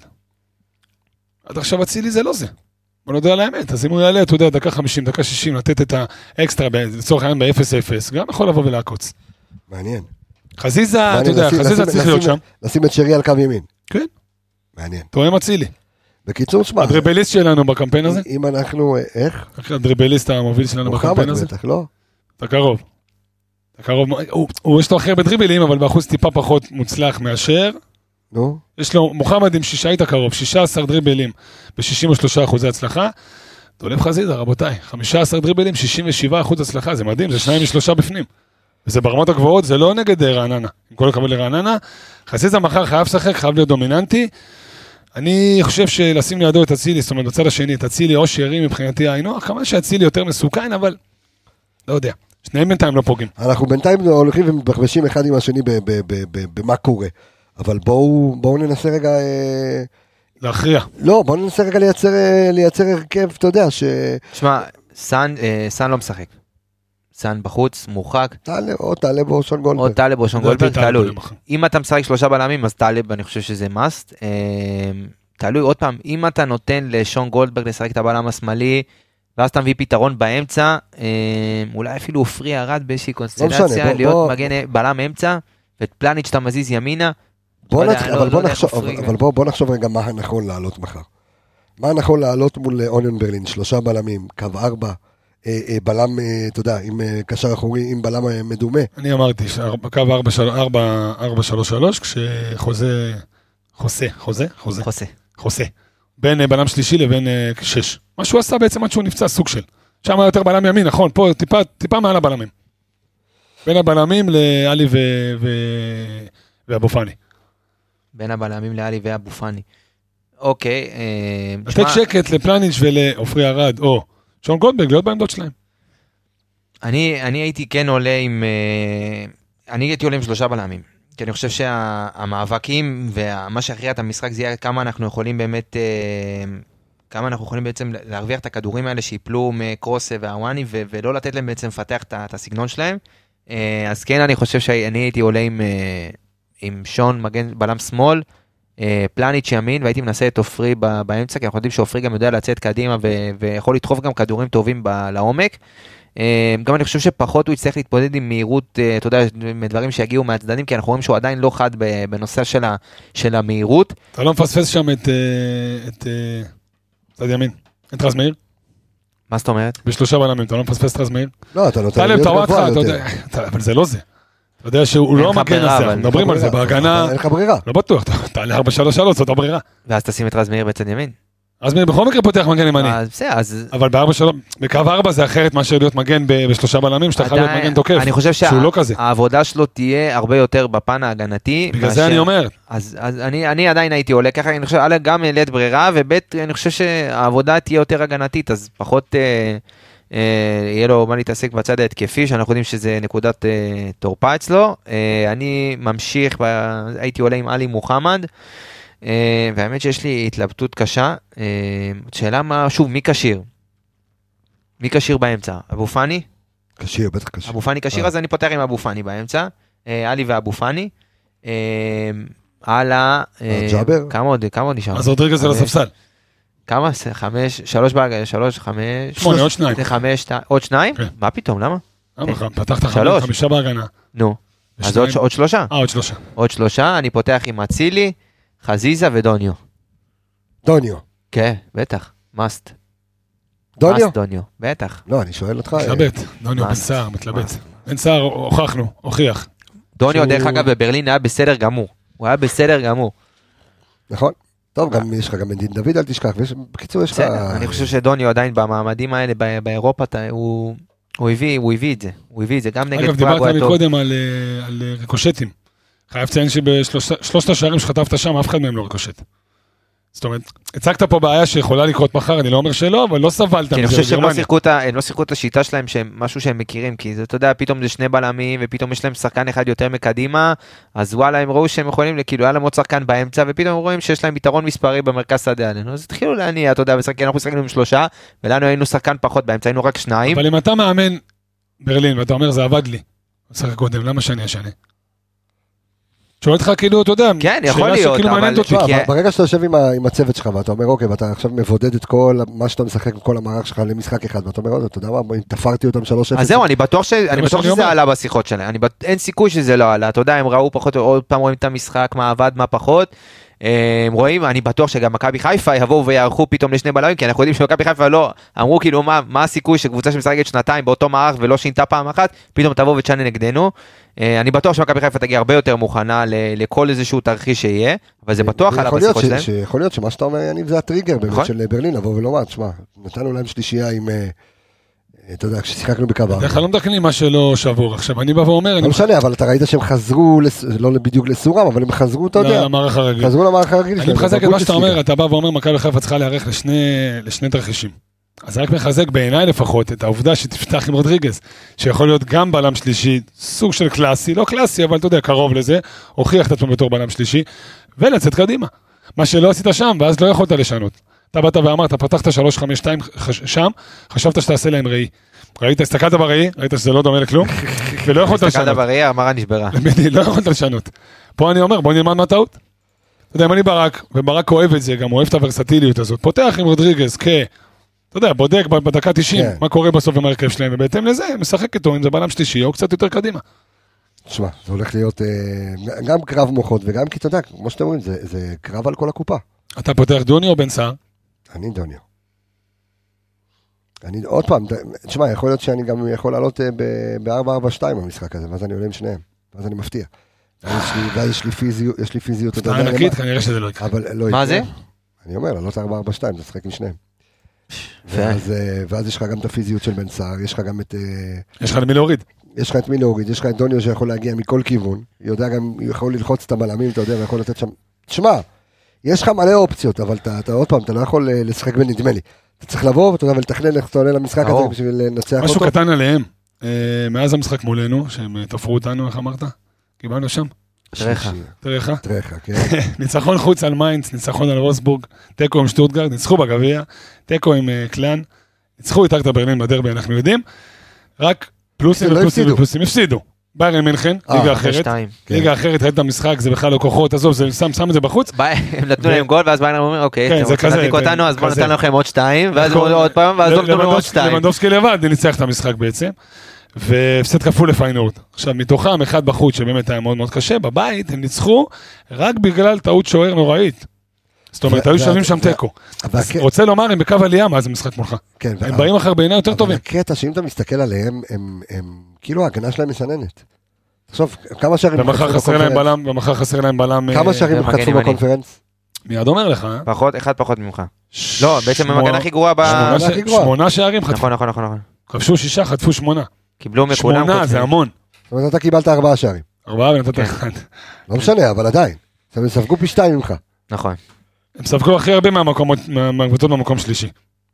עד עכשיו אצילי זה לא זה. בוא נודע על האמת, אז אם הוא יעלה, אתה יודע, דקה חמישים, דקה שישים, לתת את האקסטרה, לצורך העניין ב-אפס אפס, גם יכול לבוא ולעקוץ. מעניין. חזיזה, אתה יודע, חזיזה צריך להיות שם. לשים את שרי על קו ימין. כן. מעניין. תואם אצילי. בקיצור, שמע. הדריבליסט שלנו בקמפיין הזה? אם אנחנו, איך? הדריבליסט המוביל שלנו בקמפיין הזה? מוחמד בטח, לא? אתה קרוב. אתה קרוב, הוא יש לו אחר בדריבלים, אבל באחוז טיפה פחות מוצלח מאשר. נו? יש לו מוחמד עם שישה איתה קרוב, שישה עשר דריבלים ב-שישים ושלושה אחוזי הצלחה. דולב חזיזה, רבותיי, חמישה עשר דריבלים, שישים ושבעה אחוז הצלחה, זה מדהים, זה שניים משלושה בפנים. וזה ברמות הגבוהות, זה לא נגד רעננה. עם כל הכבוד לרעננה, חזיזה מחר חייב לשחק, חייב להיות דומיננטי. אני חושב שלשים לידו את אצילי, זאת אומרת, בצד השני, את אצילי או שרי מבחינתי היינו, כמובן שאצילי יותר מסוכן, אבל לא יודע. שניהם בינתיים לא פוגעים. אנחנו בינתיים הולכים ומתבחבשים אחד עם השני במה קורה. אבל בואו, בואו ננסה רגע... להכריע. לא, בואו ננסה רגע לייצר, לייצר הרכב, אתה יודע, ש... תשמע, סן, סן לא משחק. סן בחוץ, מורחק. טלב, או טלב או שון גולדברג. או טלב או שון גולדברג, תלוי. אם אתה משחק שלושה בלמים, אז טלב, אני חושב שזה מאסט. תלוי, עוד פעם, אם אתה נותן לשון גולדברג לשחק את הבלם השמאלי, ואז אתה מביא פתרון באמצע, אולי אפילו אופרי ירד באיזושהי קונסטלציה, להיות מגן בלם אמצע, ואת פלניץ' שאתה מזיז ימינה. אבל בוא נחשוב רגע מה הנכון לעלות מחר. מה הנכון לעלות מול אוניון ברלין, שלושה בלמים, קו ארבע, בלם, אתה יודע, עם קשר אחורי, עם בלם מדומה. אני אמרתי, קו ארבע שלוש שלוש, כשחוזה, חוסה, חוזה? חוזה. חוסה. חוסה. בין בלם שלישי לבין שש. מה שהוא עשה בעצם עד שהוא נפצע סוג של. שם היה יותר בלם ימין, נכון, פה טיפה, טיפה מעל הבלמים. בין הבלמים לאלי ו... ו... ואבו פאני. בין הבלמים לאלי ואבו פאני. אוקיי. לתת שקט לפלניץ' ולאופרי ארד, או שון גולדברג, להיות בעמדות שלהם. אני, אני הייתי כן עולה עם... אני הייתי עולה עם שלושה בלמים. כי אני חושב שהמאבקים ומה שהכריע את המשחק זה יהיה כמה אנחנו יכולים באמת... כמה אנחנו יכולים בעצם להרוויח את הכדורים האלה שיפלו מקרוסה והוואני, ולא לתת להם בעצם לפתח את הסגנון שלהם. אז כן, אני חושב שאני הייתי עולה עם, עם שון מגן בלם שמאל, פלניץ' ימין, והייתי מנסה את אופרי באמצע, כי אנחנו יודעים שאופרי גם יודע לצאת קדימה, ויכול לדחוף גם כדורים טובים לעומק. גם אני חושב שפחות הוא יצטרך להתמודד עם מהירות, אתה יודע, מדברים שיגיעו מהצדדים, כי אנחנו רואים שהוא עדיין לא חד בנושא של המהירות. אתה לא מפספס שם את... את... צד ימין, את רז מאיר. מה זאת אומרת? בשלושה בלמים, אתה לא מפספס את רז מאיר? לא, אתה נותן להיות גבוה יותר. אבל זה לא זה. אתה יודע שהוא לא מגן הזה, מדברים על זה בהגנה. אין לך ברירה. לא בטוח, תעלה ארבע שלוש שלוש, זאת הברירה. ואז תשים את רז מאיר בצד ימין. רז מאיר בכל מקרה פותח מגן ימני. אבל בקו ארבע זה אחרת מאשר להיות מגן בשלושה בלמים, שאתה חייב להיות מגן תוקף. אני חושב שהעבודה שלו תהיה הרבה יותר בפן ההגנתי. בגלל זה אני אומר. אז אני עדיין הייתי עולה ככה, אני חושב, גם לית ברירה, ובית, אני חושב שהעבודה תהיה יותר הגנתית, אז פחות יהיה לו מה להתעסק בצד ההתקפי, שאנחנו יודעים שזה נקודת תורפה אצלו. אני ממשיך, הייתי עולה עם אלי מוחמד, והאמת שיש לי התלבטות קשה. שאלה מה, שוב, מי קשיר? מי קשיר באמצע? אבו פני? קשיר, בטח קשיר. אבו פני קשיר, אז אני פותח עם אבו פני באמצע. אלי ואבו פני. הלאה. ג'אבר? כמה עוד, כמה עוד נשאר? אז עוד רגע זה לספסל. כמה? חמש, שלוש בהגנה, שלוש, חמש... שמונה, עוד שניים. חמש, עוד שניים? כן. מה פתאום, למה? למה? פתחת שלוש. חמישה בהגנה. נו. אז ושניים. עוד, עוד שלושה? אה, עוד שלושה. עוד שלושה, אני פותח עם אצילי, חזיזה ודוניו. דוניו. כן, בטח, מאסט. דוניו? מאסט דוניו, בטח. לא, אני שואל אותך. מתלבט. דוניו מה? בן סער, מתלבט. בן סער, הוכחנו, הוכיח. דוניו, שהוא- דרך אגב, בברלין היה בסדר גמור. הוא היה בסדר גמור. נכון. טוב, גם יש לך גם את דין דוד, אל תשכח. ויש- בקיצור, יש לך... בסדר, אני חושב שדוניו עדיין במעמדים האלה, ב- באירופה, אתה- הוא... הוא הביא, הוא הביא את זה, הוא הביא את זה, גם נגד אגב, פראג הוא דיברת היה טוב. מקודם על, אה, על אה, ריקושטים. חייב לציין שבשלושת השערים שחטפת שם, אף אחד מהם לא ריקושט. זאת אומרת, הצגת פה בעיה שיכולה לקרות מחר, אני לא אומר שלא, אבל לא סבלת כי אני מזה חושב שהם לא בגרמניה. שיחקו את ה- הם לא שיחקו את השיטה שלהם, שהם משהו שהם מכירים, כי זה, אתה יודע, פתאום זה שני בלמים, ופתאום יש להם שחקן אחד יותר מקדימה, אז וואלה, הם ראו שהם יכולים, כאילו, היה להם עוד שחקן באמצע, ופתאום הם רואים שיש להם יתרון מספרי במרכז שדה עלינו, אז התחילו להניע, אתה יודע, בשחק- אנחנו שחקנו עם שלושה, ולנו היינו שחקן פחות באמצע, היינו רק שניים. אבל אם אתה מאמן ברלין, ואתה אומר, זה עבד לי, משחק קודם, למה שאני אשנה? שואל אותך כאילו, אתה יודע, כן, יכול שאלה להיות, שכאילו אבל- מעניינת אותי. תשמע, כי- ברגע שאתה יושב עם ה- עם הצוות שלך ואתה אומר אוקיי, ואתה עכשיו מבודד את כל מה שאתה משחק, כל המערך שלך למשחק אחד, ואתה אומר, "עוד, אתה יודע מה, אם תפרתי אותם שלוש אפס. אז זהו, אני בטוח, ש... אני מה בטוח שאני שזה אומר. עלה בשיחות שלהם, אני בט... אין סיכוי שזה לא עלה, אתה יודע, הם ראו פחות, עוד פעם רואים את המשחק, מה עבד, מה פחות, הם רואים, אני בטוח שגם מכבי חיפה יבואו ויערכו פתאום לשני בלמים, כי אנחנו יודעים שמכבי חיפה לא, אמרו כאילו מה, מה הסיכוי שקבוצה שמשחקת שנתיים באותו מערך ולא שינתה פעם אחת, פתאום תבוא ותשנה נגדנו, אני בטוח שמכבי חיפה תגיע הרבה יותר מוכנה ל... לכל איזשהו תרחיש שיהיה, אבל זה בטוח עלה יכול להיות בשיחות ש- שלהם. שיכול להיות שמה שאתה אומר, יניב, זה הטריגר באמת נכון. של ברלין, לבוא ולומר, תשמע, נתנו להם שלישייה עם, אה, אתה יודע, כששיחקנו בקו בדרך הארץ. כלל לא מתקנים מה שלא שבור. עכשיו, אני בא ואומר, אני לא משנה, אבל אתה ראית שהם חזרו, לס- לא בדיוק לסורם, אבל הם חזרו, אתה יודע, למערך הרגיל. חזרו למערך הרגיל אני שלהם. מחזק את מה שאתה בבונדסליגה. אומר, אתה בא ואומר, מכבי חיפה צריכה להיערך לשני- לשני תרחישים. אז רק מחזק בעיניי לפחות את העובדה שתפתח עם רודריגז, שיכול להיות גם בלם שלישי, סוג של קלאסי, לא קלאסי, אבל אתה יודע, קרוב לזה, הוכיח את עצמו בתור בלם שלישי, ולצאת קדימה. מה שלא עשית שם, ואז לא יכולת לשנות. אתה באת ואמרת, פתחת שלוש חמש שתיים שם, חשבת שתעשה להם ראי. ראית, הסתכלת בראי, ראית שזה לא דומה לכלום, ולא יכולת הסתכלת לשנות. בראייה, המראה נשברה. בדיוק, לא יכולת לשנות. פה אני אומר, בוא נלמד מהטעות. אתה יודע, אם אני ברק, וברק אוהב את זה, גם אוהב את הוורסטיליות הזאת, פותח עם רודריגז כ... אתה יודע, בודק בדקה תשעים, כן. מה קורה בסוף עם ההרכב שלהם, ובהתאם לזה, משחק איתו, אם זה בלם שלישי, או קצת יותר קדימה. תשמע, זה הולך להיות אה, גם קרב מוחות, וגם כי אתה יודע, כמו שאתם אומרים, זה- זה קרב על כל הקופה. אתה פותח דוני או בן סער? אני דוניו. אני עוד פעם, תשמע, יכול להיות שאני גם יכול לעלות ב-ארבע ארבע שתיים במשחק הזה, ואז אני עולה עם שניהם, ואז אני מבטיח. ואז יש לי- ואז יש לי פיזיות, יש לי פיזיות, אתה יודע הפתעה ענקית, למה. כנראה שזה לא יקרה. אבל לא מה יקרה. זה? אני אומר, לעלות ארבע ארבע שתיים, לשחק עם שניהם. יפה. ואז, אה, ואז יש לך גם את הפיזיות של בן סער, יש לך גם את... אה, יש לך למי להוריד. יש לך את מי להוריד, יש לך את דוניו שיכול להגיע מכל כיוון, יודע גם, הוא יכול ללחוץ את הבלמים, אתה יודע, ויכול לתת שם... תשמע, יש לך מלא אופציות, אבל אתה, אתה עוד פעם, אתה לא יכול אה, לשחק בנדמה לי. אתה צריך לבוא, ואתה יודע, ולתכנן איך אתה עולה למשחק הזה ברור. בשביל לנצח משהו אותו. קטן עליהם, אה, מאז המשחק מולנו, שהם אה, תפרו אותנו, איך אמרת? קיבלנו שם, תראה לך. תראה לך. תראה לך, כן. ניצחון חוץ על מיינץ, ניצחון על ווסבורג, תיקו עם שטוטגרד, ניצחו בגביע, תיקו עם uh, קלאן, ניצחו את ארתה ברלין בדרבי, אנחנו יודעים, רק פלוסים לא ופלוסים הפסידו. ופלוסים, הפסידו. ביירן מינכן, אה, ליגה אחרי אחרת, שתיים. כן. ליגה אחרת, ראית את המשחק, זה בכלל לא כוחות, עזוב, זה שם שם את זה בחוץ. ביי, הם נתנו ו- להם גול, ואז ביינר אומר, אוקיי, כן, אתם זה רוצים כזה, להדליק זה אותנו, אז בואו כזה. נתן לכם עוד שתיים, ואז נכון. עוד פעם, ואז נתנו להם עוד לבנדובסקי- שתיים. לבנדובסקי לבד ניצח את המשחק בעצם, והפסד כפול לפיינורד. עכשיו, מתוכם אחד בחוץ שבאמת היה מאוד מאוד קשה, בבית הם ניצחו רק בגלל טעות שוער נוראית. זאת אומרת, ו- היו ו- שווים שם ו- תיקו. אבל אז כן. רוצה לומר, הם בקו עלייה, מה זה משחק מולך? כן, הם ו- באים אחר בעיניי יותר אבל טובים. הקטע שאם אתה מסתכל עליהם, הם, הם, כאילו ההגנה שלהם משננת. תחשוב, כמה שערים הם ומחר חטפו חסר להם בקונפרנס? בלם, ומחר חסר להם בלם... כמה אה, שערים הם ומגן חטפו ימני. בקונפרנס? מיד אומר לך, אה? פחות, אחד פחות ממך. ש- לא, בעצם הם שמונה- הגנה הכי גרועה ב... שמונה ש- הכי גרועה. שמונה שערים חטפו. נכון, נכון, נכון, נכון. כבשו שישה, חטפו שמונה. קיבלו מכולם. שמונה חוץ זה מ- המון. זאת אומרת, אתה קיבלת ארבעה שערים. ארבעה ונתת כן. אחד. לא משנה, אבל עדיין. זאת אומרת, ספגו פי שתיים ממך. נכון. הם ספגו הכי הרבה מהמקומות, מה- מהקבוצות במקום שלישי.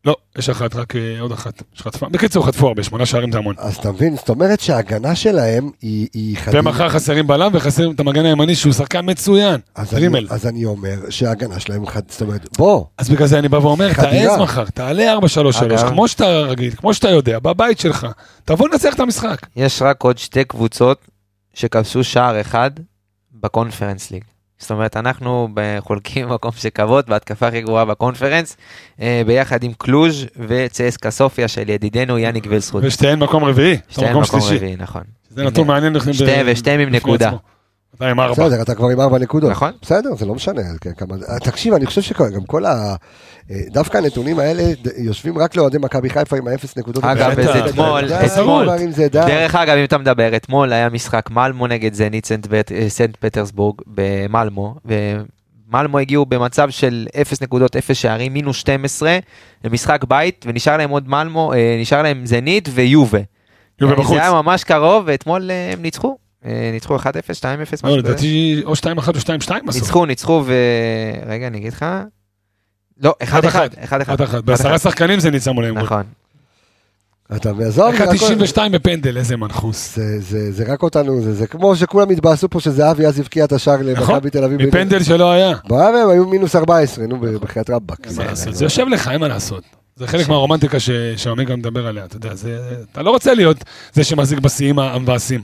לא, יש אחת, רק עוד אחת. שחטפה. בקיצור, חטפו הרבה, שמונה שערים זה המון. אז אתה מבין, זאת אומרת שההגנה שלהם היא, היא חדים. ומחר חסרים בלם וחסרים את המגן הימני שהוא שחקן מצוין. אז אני, אז אני אומר שההגנה שלהם חד, זאת אומרת, בוא. אז בגלל זה אני בא ואומר, תעז מחר, תעלה ארבע שלוש שלוש, כמו שאתה רגיל, כמו שאתה יודע, בבית שלך. תבוא לנצח את המשחק. יש רק עוד שתי קבוצות שכבשו שער אחד בקונפרנס ליג. זאת אומרת, אנחנו חולקים מקום שכבוד, בהתקפה הכי גרועה בקונפרנס, ביחד עם קלוז' וצסקה סופיה של ידידנו יניק וילסחוט. ושתיהן מקום רביעי. שתיהן מקום רביעי, נכון. זה נתון מעניין. ושתיהם עם נקודה. בסדר, אתה כבר עם ארבע נקודות. נכון. בסדר, זה לא משנה. תקשיב, אני חושב שגם כל ה... דווקא הנתונים האלה יושבים רק לאוהדי מכבי חיפה עם האפס נקודות. אגב, זה אתמול, אתמול, דרך אגב, אם אתה מדבר, אתמול היה משחק מלמו נגד זנית סנט פטרסבורג במלמו, ומלמו הגיעו במצב של אפס נקודות, אפס שערים, מינוס שתים עשרה, למשחק בית, ונשאר להם עוד מלמו, נשאר להם זנית ויובה. יובה בחוץ. זה היה ממש קרוב, ואתמול הם ניצחו. ניצחו אחד אפס, שתיים אפס, לא, לדעתי או שתיים אחת או שתיים שתיים בסוף. ניצחו, ניצחו, ורגע, אני אגיד לך... לא, אחד אחד. אחד אחד. בעשרה שחקנים זה ניצחו מולהם. נכון. אתה מעזוב. אחד תשעים ושתיים בפנדל, איזה מנחוס. זה רק אותנו, זה כמו שכולם התבאסו פה שזהבי אז הבקיע את השער למכבי תל אביב. מפנדל שלא היה. בא והם היו מינוס ארבע עשרה, נו, בחיית רבאק. זה יושב לך, אין מה לעשות. זה חלק מהרומנטיקה שעומד גם מדבר עליה, אתה יודע, אתה לא רוצה להיות זה שמחזיק בשיאים המבאסים.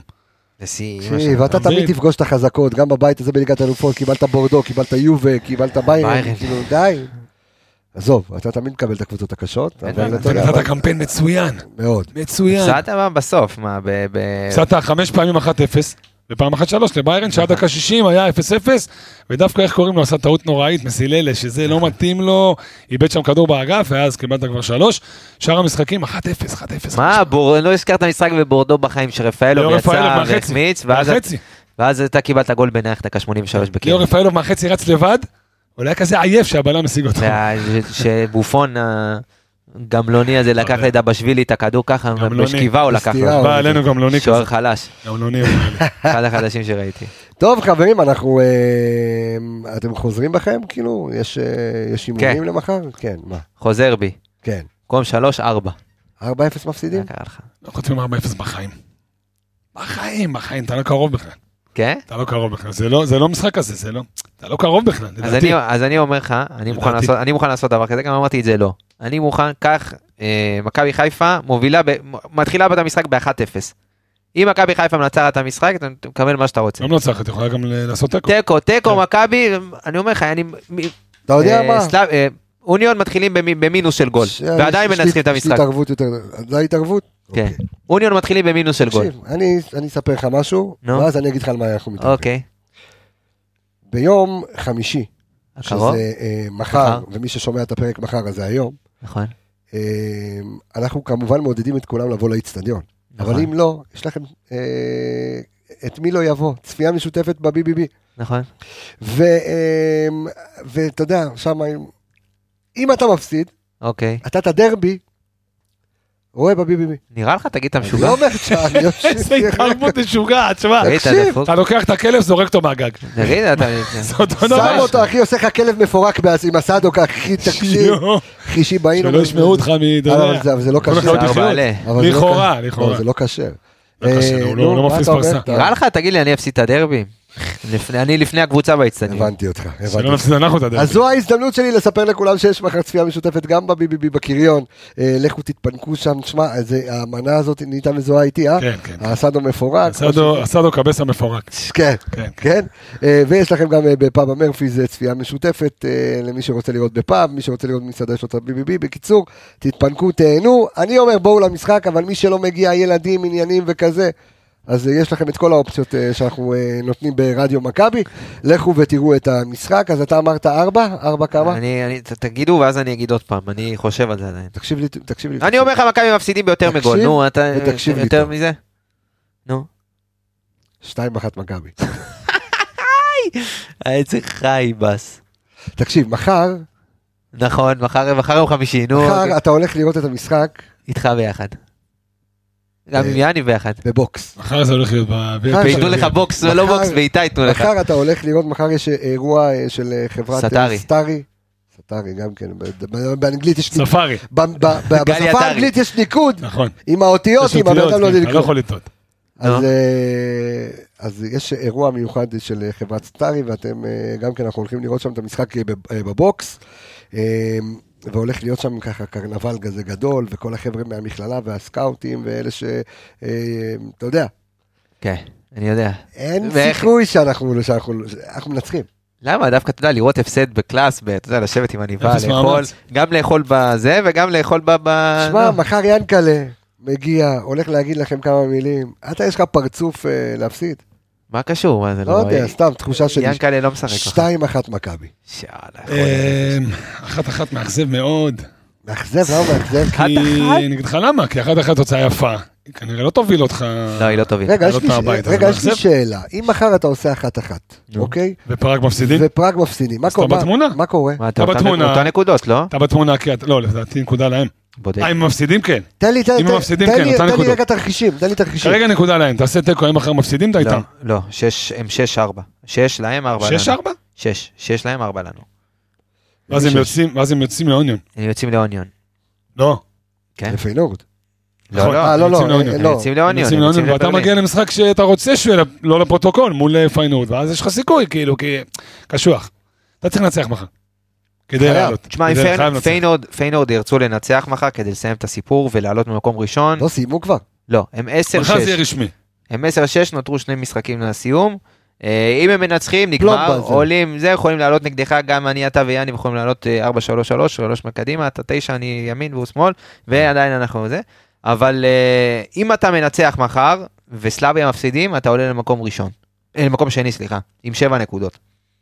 ואתה תמיד תפגוש את החזקות, גם בבית הזה בליגת האלופות, קיבלת בורדו, קיבלת יובה, קיבלת ביירן, כאילו די. עזוב, אתה תמיד מקבל את הקבוצות הקשות. אתה נתת קמפיין מצוין. מאוד. מצוין. הפסדת מה בסוף? מה, ב... הפסדת חמש פעמים אחת אפס, ופעם אחת שלוש לביירן, שעד דקה שישים היה אפס אפס, ודווקא איך קוראים לו, עשה טעות נוראית, מסיללה, שזה לא מתאים לו, איבד שם כדור באגף, ואז קיבלת כבר שלוש, שאר המשחקים, אחת אפס, אחת אפס. מה, לא הזכרת משחק בבורדו בחיים שרפאלוב יצא והחמיץ, ואז אתה קיבלת גול בנייח דקה שמונים ושלוש בקיר. ליאור רפאלוב מהחצי רץ לבד, אולי היה כזה עייף שהבלם משיג אותו. שבופון הגמלוני הזה לקח לדבשווילי את הכדור ככה, בשכיבה הוא לקח לו. בא עלינו גמלוני כזה. שוער חלש. גמלוני. אחד החדשים שראיתי. טוב חברים, אנחנו, אתם חוזרים בכם? כאילו, יש אימונים למחר? כן, מה? חוזר בי. כן. קום שלוש, ארבע. ארבע אפס מפסידים? מה קרה לך? לא חוטפים ארבע אפס בחיים. בחיים, בחיים, אתה לא קרוב בכלל. כן? אתה לא קרוב בכלל, זה לא, זה לא משחק כזה, זה לא, אתה לא קרוב בכלל, אז אני, אז אני אומר לך, אני מוכן לעשות, אני מוכן לעשות דבר כזה, גם אמרתי את זה לא. אני מוכן, כך, אה, מכבי חיפה מובילה, ב, מתחילה בת המשחק ב-אחת אפס. אם מכבי חיפה מנצחת את המשחק, אתה מקבל מה שאתה רוצה. לא מנצחת, אתה יכולה גם לעשות תיקו. תיקו, תיקו, מכבי, אני אומר לך, אני... אתה יודע מה? סלאב, אה, אוניון מתחילים במינוס של גול, ועדיין מנצחים את המשחק. יש לי התערבות יותר, זה ההתערבות? כן. אוניון מתחילים במינוס של גול. אני אספר לך משהו, ואז אני אגיד לך על מה אנחנו מתערבים. אוקיי. ביום חמישי, שזה מחר, ומי ששומע את הפרק מחר, אז זה היום. נכון. אנחנו כמובן מעודדים את כולם לבוא לאצטדיון. אבל אם לא, יש לכם, את מי לא יבוא? צפייה משותפת ב-בי בי בי. נכון. ואתה יודע, שם, אם אתה מפסיד, אוקיי. אתה את הדרבי, רואה ב-בי בי בי. נראה לך, תגיד, אתה משוגע? לא אומר שאני יושב... איזה התערבות משוגעת, שמע. תקשיב. אתה לוקח את הכלב, זורק אותו מהגג. תגיד, אתה... שם אותו, אחי, עושה לך כלב מפורק עם הסדוק, אחי, תקשיב. חישי בעינו. שלא ישמעו אותך מדבר. אבל זה לא קשר. לכאורה, לכאורה. זה לא קשר. הוא לא מפריס פרסה. נראה לך, תגיד לי, אני אפסיד את הדרבי? אני לפני הקבוצה באצטדיון. הבנתי אותך. אז זו ההזדמנות שלי לספר לכולם שיש מחר צפייה משותפת גם ב-בי בי בי בקריון. לכו תתפנקו שם, תשמע, המנה הזאת נהייתה מזוהה איתי, אה? כן, כן. הסאדו מפורק. הסאדו קבסה מפורק. כן, כן. ויש לכם גם בפאב המרפיז צפייה משותפת למי שרוצה לראות בפאב, מי שרוצה לראות מסעדה שלו ב-בי בי בי. בקיצור, תתפנקו, תהנו. אני אומר בואו למשחק, אבל מי שלא מגיע, ילדים, עניינים וכזה, אז יש לכם את כל האופציות שאנחנו נותנים ברדיו מכבי, לכו ותראו את המשחק. אז אתה אמרת ארבע? ארבע כמה? אני, תגידו ואז אני אגיד עוד פעם, אני חושב על זה עדיין. תקשיב לי, תקשיב לי. אני אומר לך, מכבי מפסידים ביותר מגול, נו, אתה יותר מזה? נו. שתיים אחת מכבי. איזה חי בס. תקשיב, מחר... נכון, מחר הוא חמישי, נו. מחר אתה הולך לראות את המשחק. איתך ביחד. גם עם יאני ביחד. בבוקס. מחר זה הולך להיות ויתנו לך בוקס ולא בוקס ואיתה יתנו לך. מחר אתה הולך לראות, מחר יש אירוע של חברת סטארי. סטארי גם כן, באנגלית יש ניקוד. ספארי. בשפה האנגלית יש ניקוד. נכון. עם האותיות, עם הבן אדם לא יודע אתה לא יכול לטעות. אז יש אירוע מיוחד של חברת סטארי, ואתם גם כן, אנחנו הולכים לראות שם את המשחק בבוקס, והולך להיות שם ככה קרנבל כזה גדול, וכל החבר'ה מהמכללה והסקאוטים, ואלה ש... אתה יודע. כן, אני יודע. אין סיכוי שאנחנו מנצחים. למה? דווקא אתה יודע, לראות הפסד בקלאס, אתה יודע, לשבת עם עניבה, לאכול, גם לאכול בזה וגם לאכול ב... שמע, מחר ינקלה מגיע, הולך להגיד לכם כמה מילים, אתה יש לך פרצוף להפסיד? מה קשור? מה זה לא יודע, סתם, תחושה שלי. ינקלה לא משחק לך. שתיים אחת מכבי. שאלה. אחת אחת מאכזב מאוד. מאכזב, למה מאכזב? כי אני אגיד לך למה, כי אחת אחת תוצאה יפה. היא כנראה לא תוביל אותך. לא, היא לא תוביל. רגע, יש לי שאלה. אם מחר אתה עושה אחת אחת, אוקיי? ופראג מפסידים? ופראג מפסידים. אז אתה בתמונה? מה קורה? אתה בתמונה. אותה נקודות, לא? אתה בתמונה, כי לא, לדעתי נקודה להם. בודק. אם הם מפסידים, כן. תן לי, תן אם הם מפסידים, כן, אותה לי נקודות. רגע תרחישים, תן לי תרחישים. כרגע נקודה להם, תעשה תיקו, אם מחר מפסידים, אתה איתם. לא, הם שש ארבע. שש להם, ארבע לנו. שש ארבע? שש. שש להם, ארבע לנו. ואז הם יוצאים לאוניון. הם יוצאים לאוניון. לא. כן. לפיינורד. נכון, לא, לא, לא, הם יוצאים לאוניון. יוצאים לאוניון, ואתה מגיע למשחק שאתה רוצה שהוא לא לפרוטוקול, מול פיינורד, ואז יש לך סיכוי, כאילו, כי קשוח. אתה צריך לנצח מחר. כדי לעלות. תשמע, פיינורד ירצו לנצח מחר כדי לסיים את הסיפור ולעלות ממקום ראשון. לא סיימו כבר? לא, הם עשר שש. מחר זה יהיה רשמי. הם עשר שש, נותרו שני משחקים לסיום. אם הם מנצחים, נגמר, עולים, זה יכולים לעלות נגדך, גם אני, אתה ויאני יכולים לעלות ארבע שלוש שלוש, שלוש מקדימה, אתה תשע, אני ימין והוא שמאל, ועדיין אנחנו זה. אבל אם אתה מנצח מחר, וסלאביה מפסידים, אתה עולה למקום ראשון. למקום שני, סליחה, עם שבע נקודות.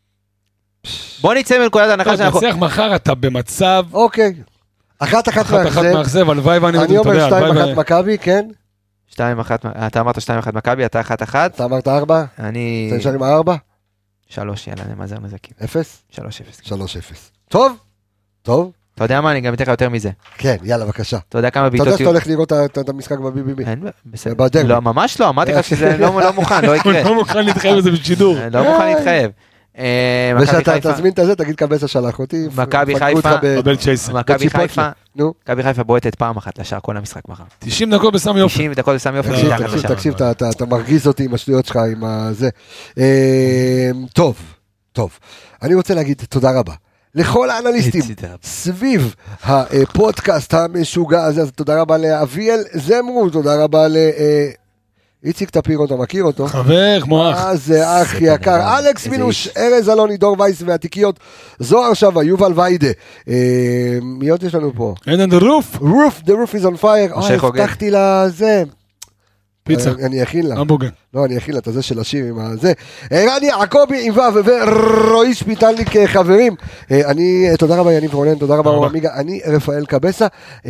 בוא נצא מנקודת ההנחה שאנחנו... אתה נצח מחר, אתה במצב... אוקיי. אחת אחת מאכזב. אחת אחת מאכזב, הלוואי ואני... אני אומר שתיים אחת מכבי, כן? שתיים אחת, אתה אמרת שתיים אחת מכבי, אתה אחת אחת. אתה אמרת ארבע? אני... אתה נשאר עם הארבע? שלוש, יאללה, נמזר נזקים. אפס? שלוש אפס. שלוש אפס. טוב? טוב? אתה יודע מה, אני גם אתן לך יותר מזה. כן, יאללה, בבקשה. אתה יודע כמה בעיטות... אתה יודע שאתה הולך לראות את המשחק ב-בי בי בי? אין, בסדר. לא, ממש לא, אמרתי לך שזה לא מוכן, לא יקרה. לא מוכן להתחייב לזה בשידור. לא מוכן להתחייב. ושאתה תזמין את זה, תגיד קבסה שלח אותי. מכבי חיפה, מכבי חיפה, מכבי חיפה בועטת פעם אחת לשער כל המשחק מחר. תשעים דקות בסמי אופן. תשעים דקות בסמי אופן. תקשיב, תקשיב, אתה מרגיז אותי עם השטויות שלך, עם הזה. טוב, טוב. אני רוצה להגיד תודה רבה לכל האנליסטים סביב הפודקאסט המשוגע הזה. אז תודה רבה לאביאל זמרו, תודה רבה ל... איציק טפירו, אתה מכיר אותו? חבר, כמו אח. אה, זה אח יקר. אלכס מינוש, ארז אלוני, דור וייס והתיקיות, זוהר שווה, יובל ויידה. מי עוד יש לנו פה? And the roof. roof, the roof is on fire. אוי, הבטחתי לזה. פיצה. אני אכין לה. המבורגר. לא, אני אכין לה את זה של השיר עם הזה. רני יעקבי עם וו ורועי שפיטלניק חברים. אני, תודה רבה יניב רונן, תודה רבה אור עמיגה. אני רפאל קבסה,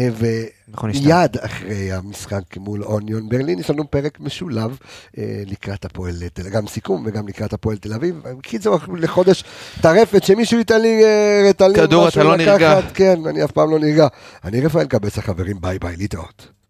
ומיד אחרי המשחק מול אוניון ברלין, יש לנו פרק משולב לקראת הפועל, גם סיכום וגם לקראת הפועל תל אביב. קיצור, לחודש טרפת, שמישהו ייתן לי רטלין. כדור, אתה לא נרגע. כן, אני אף פעם לא נרגע. אני רפאל קבסה, חברים, ביי ביי, להתראות.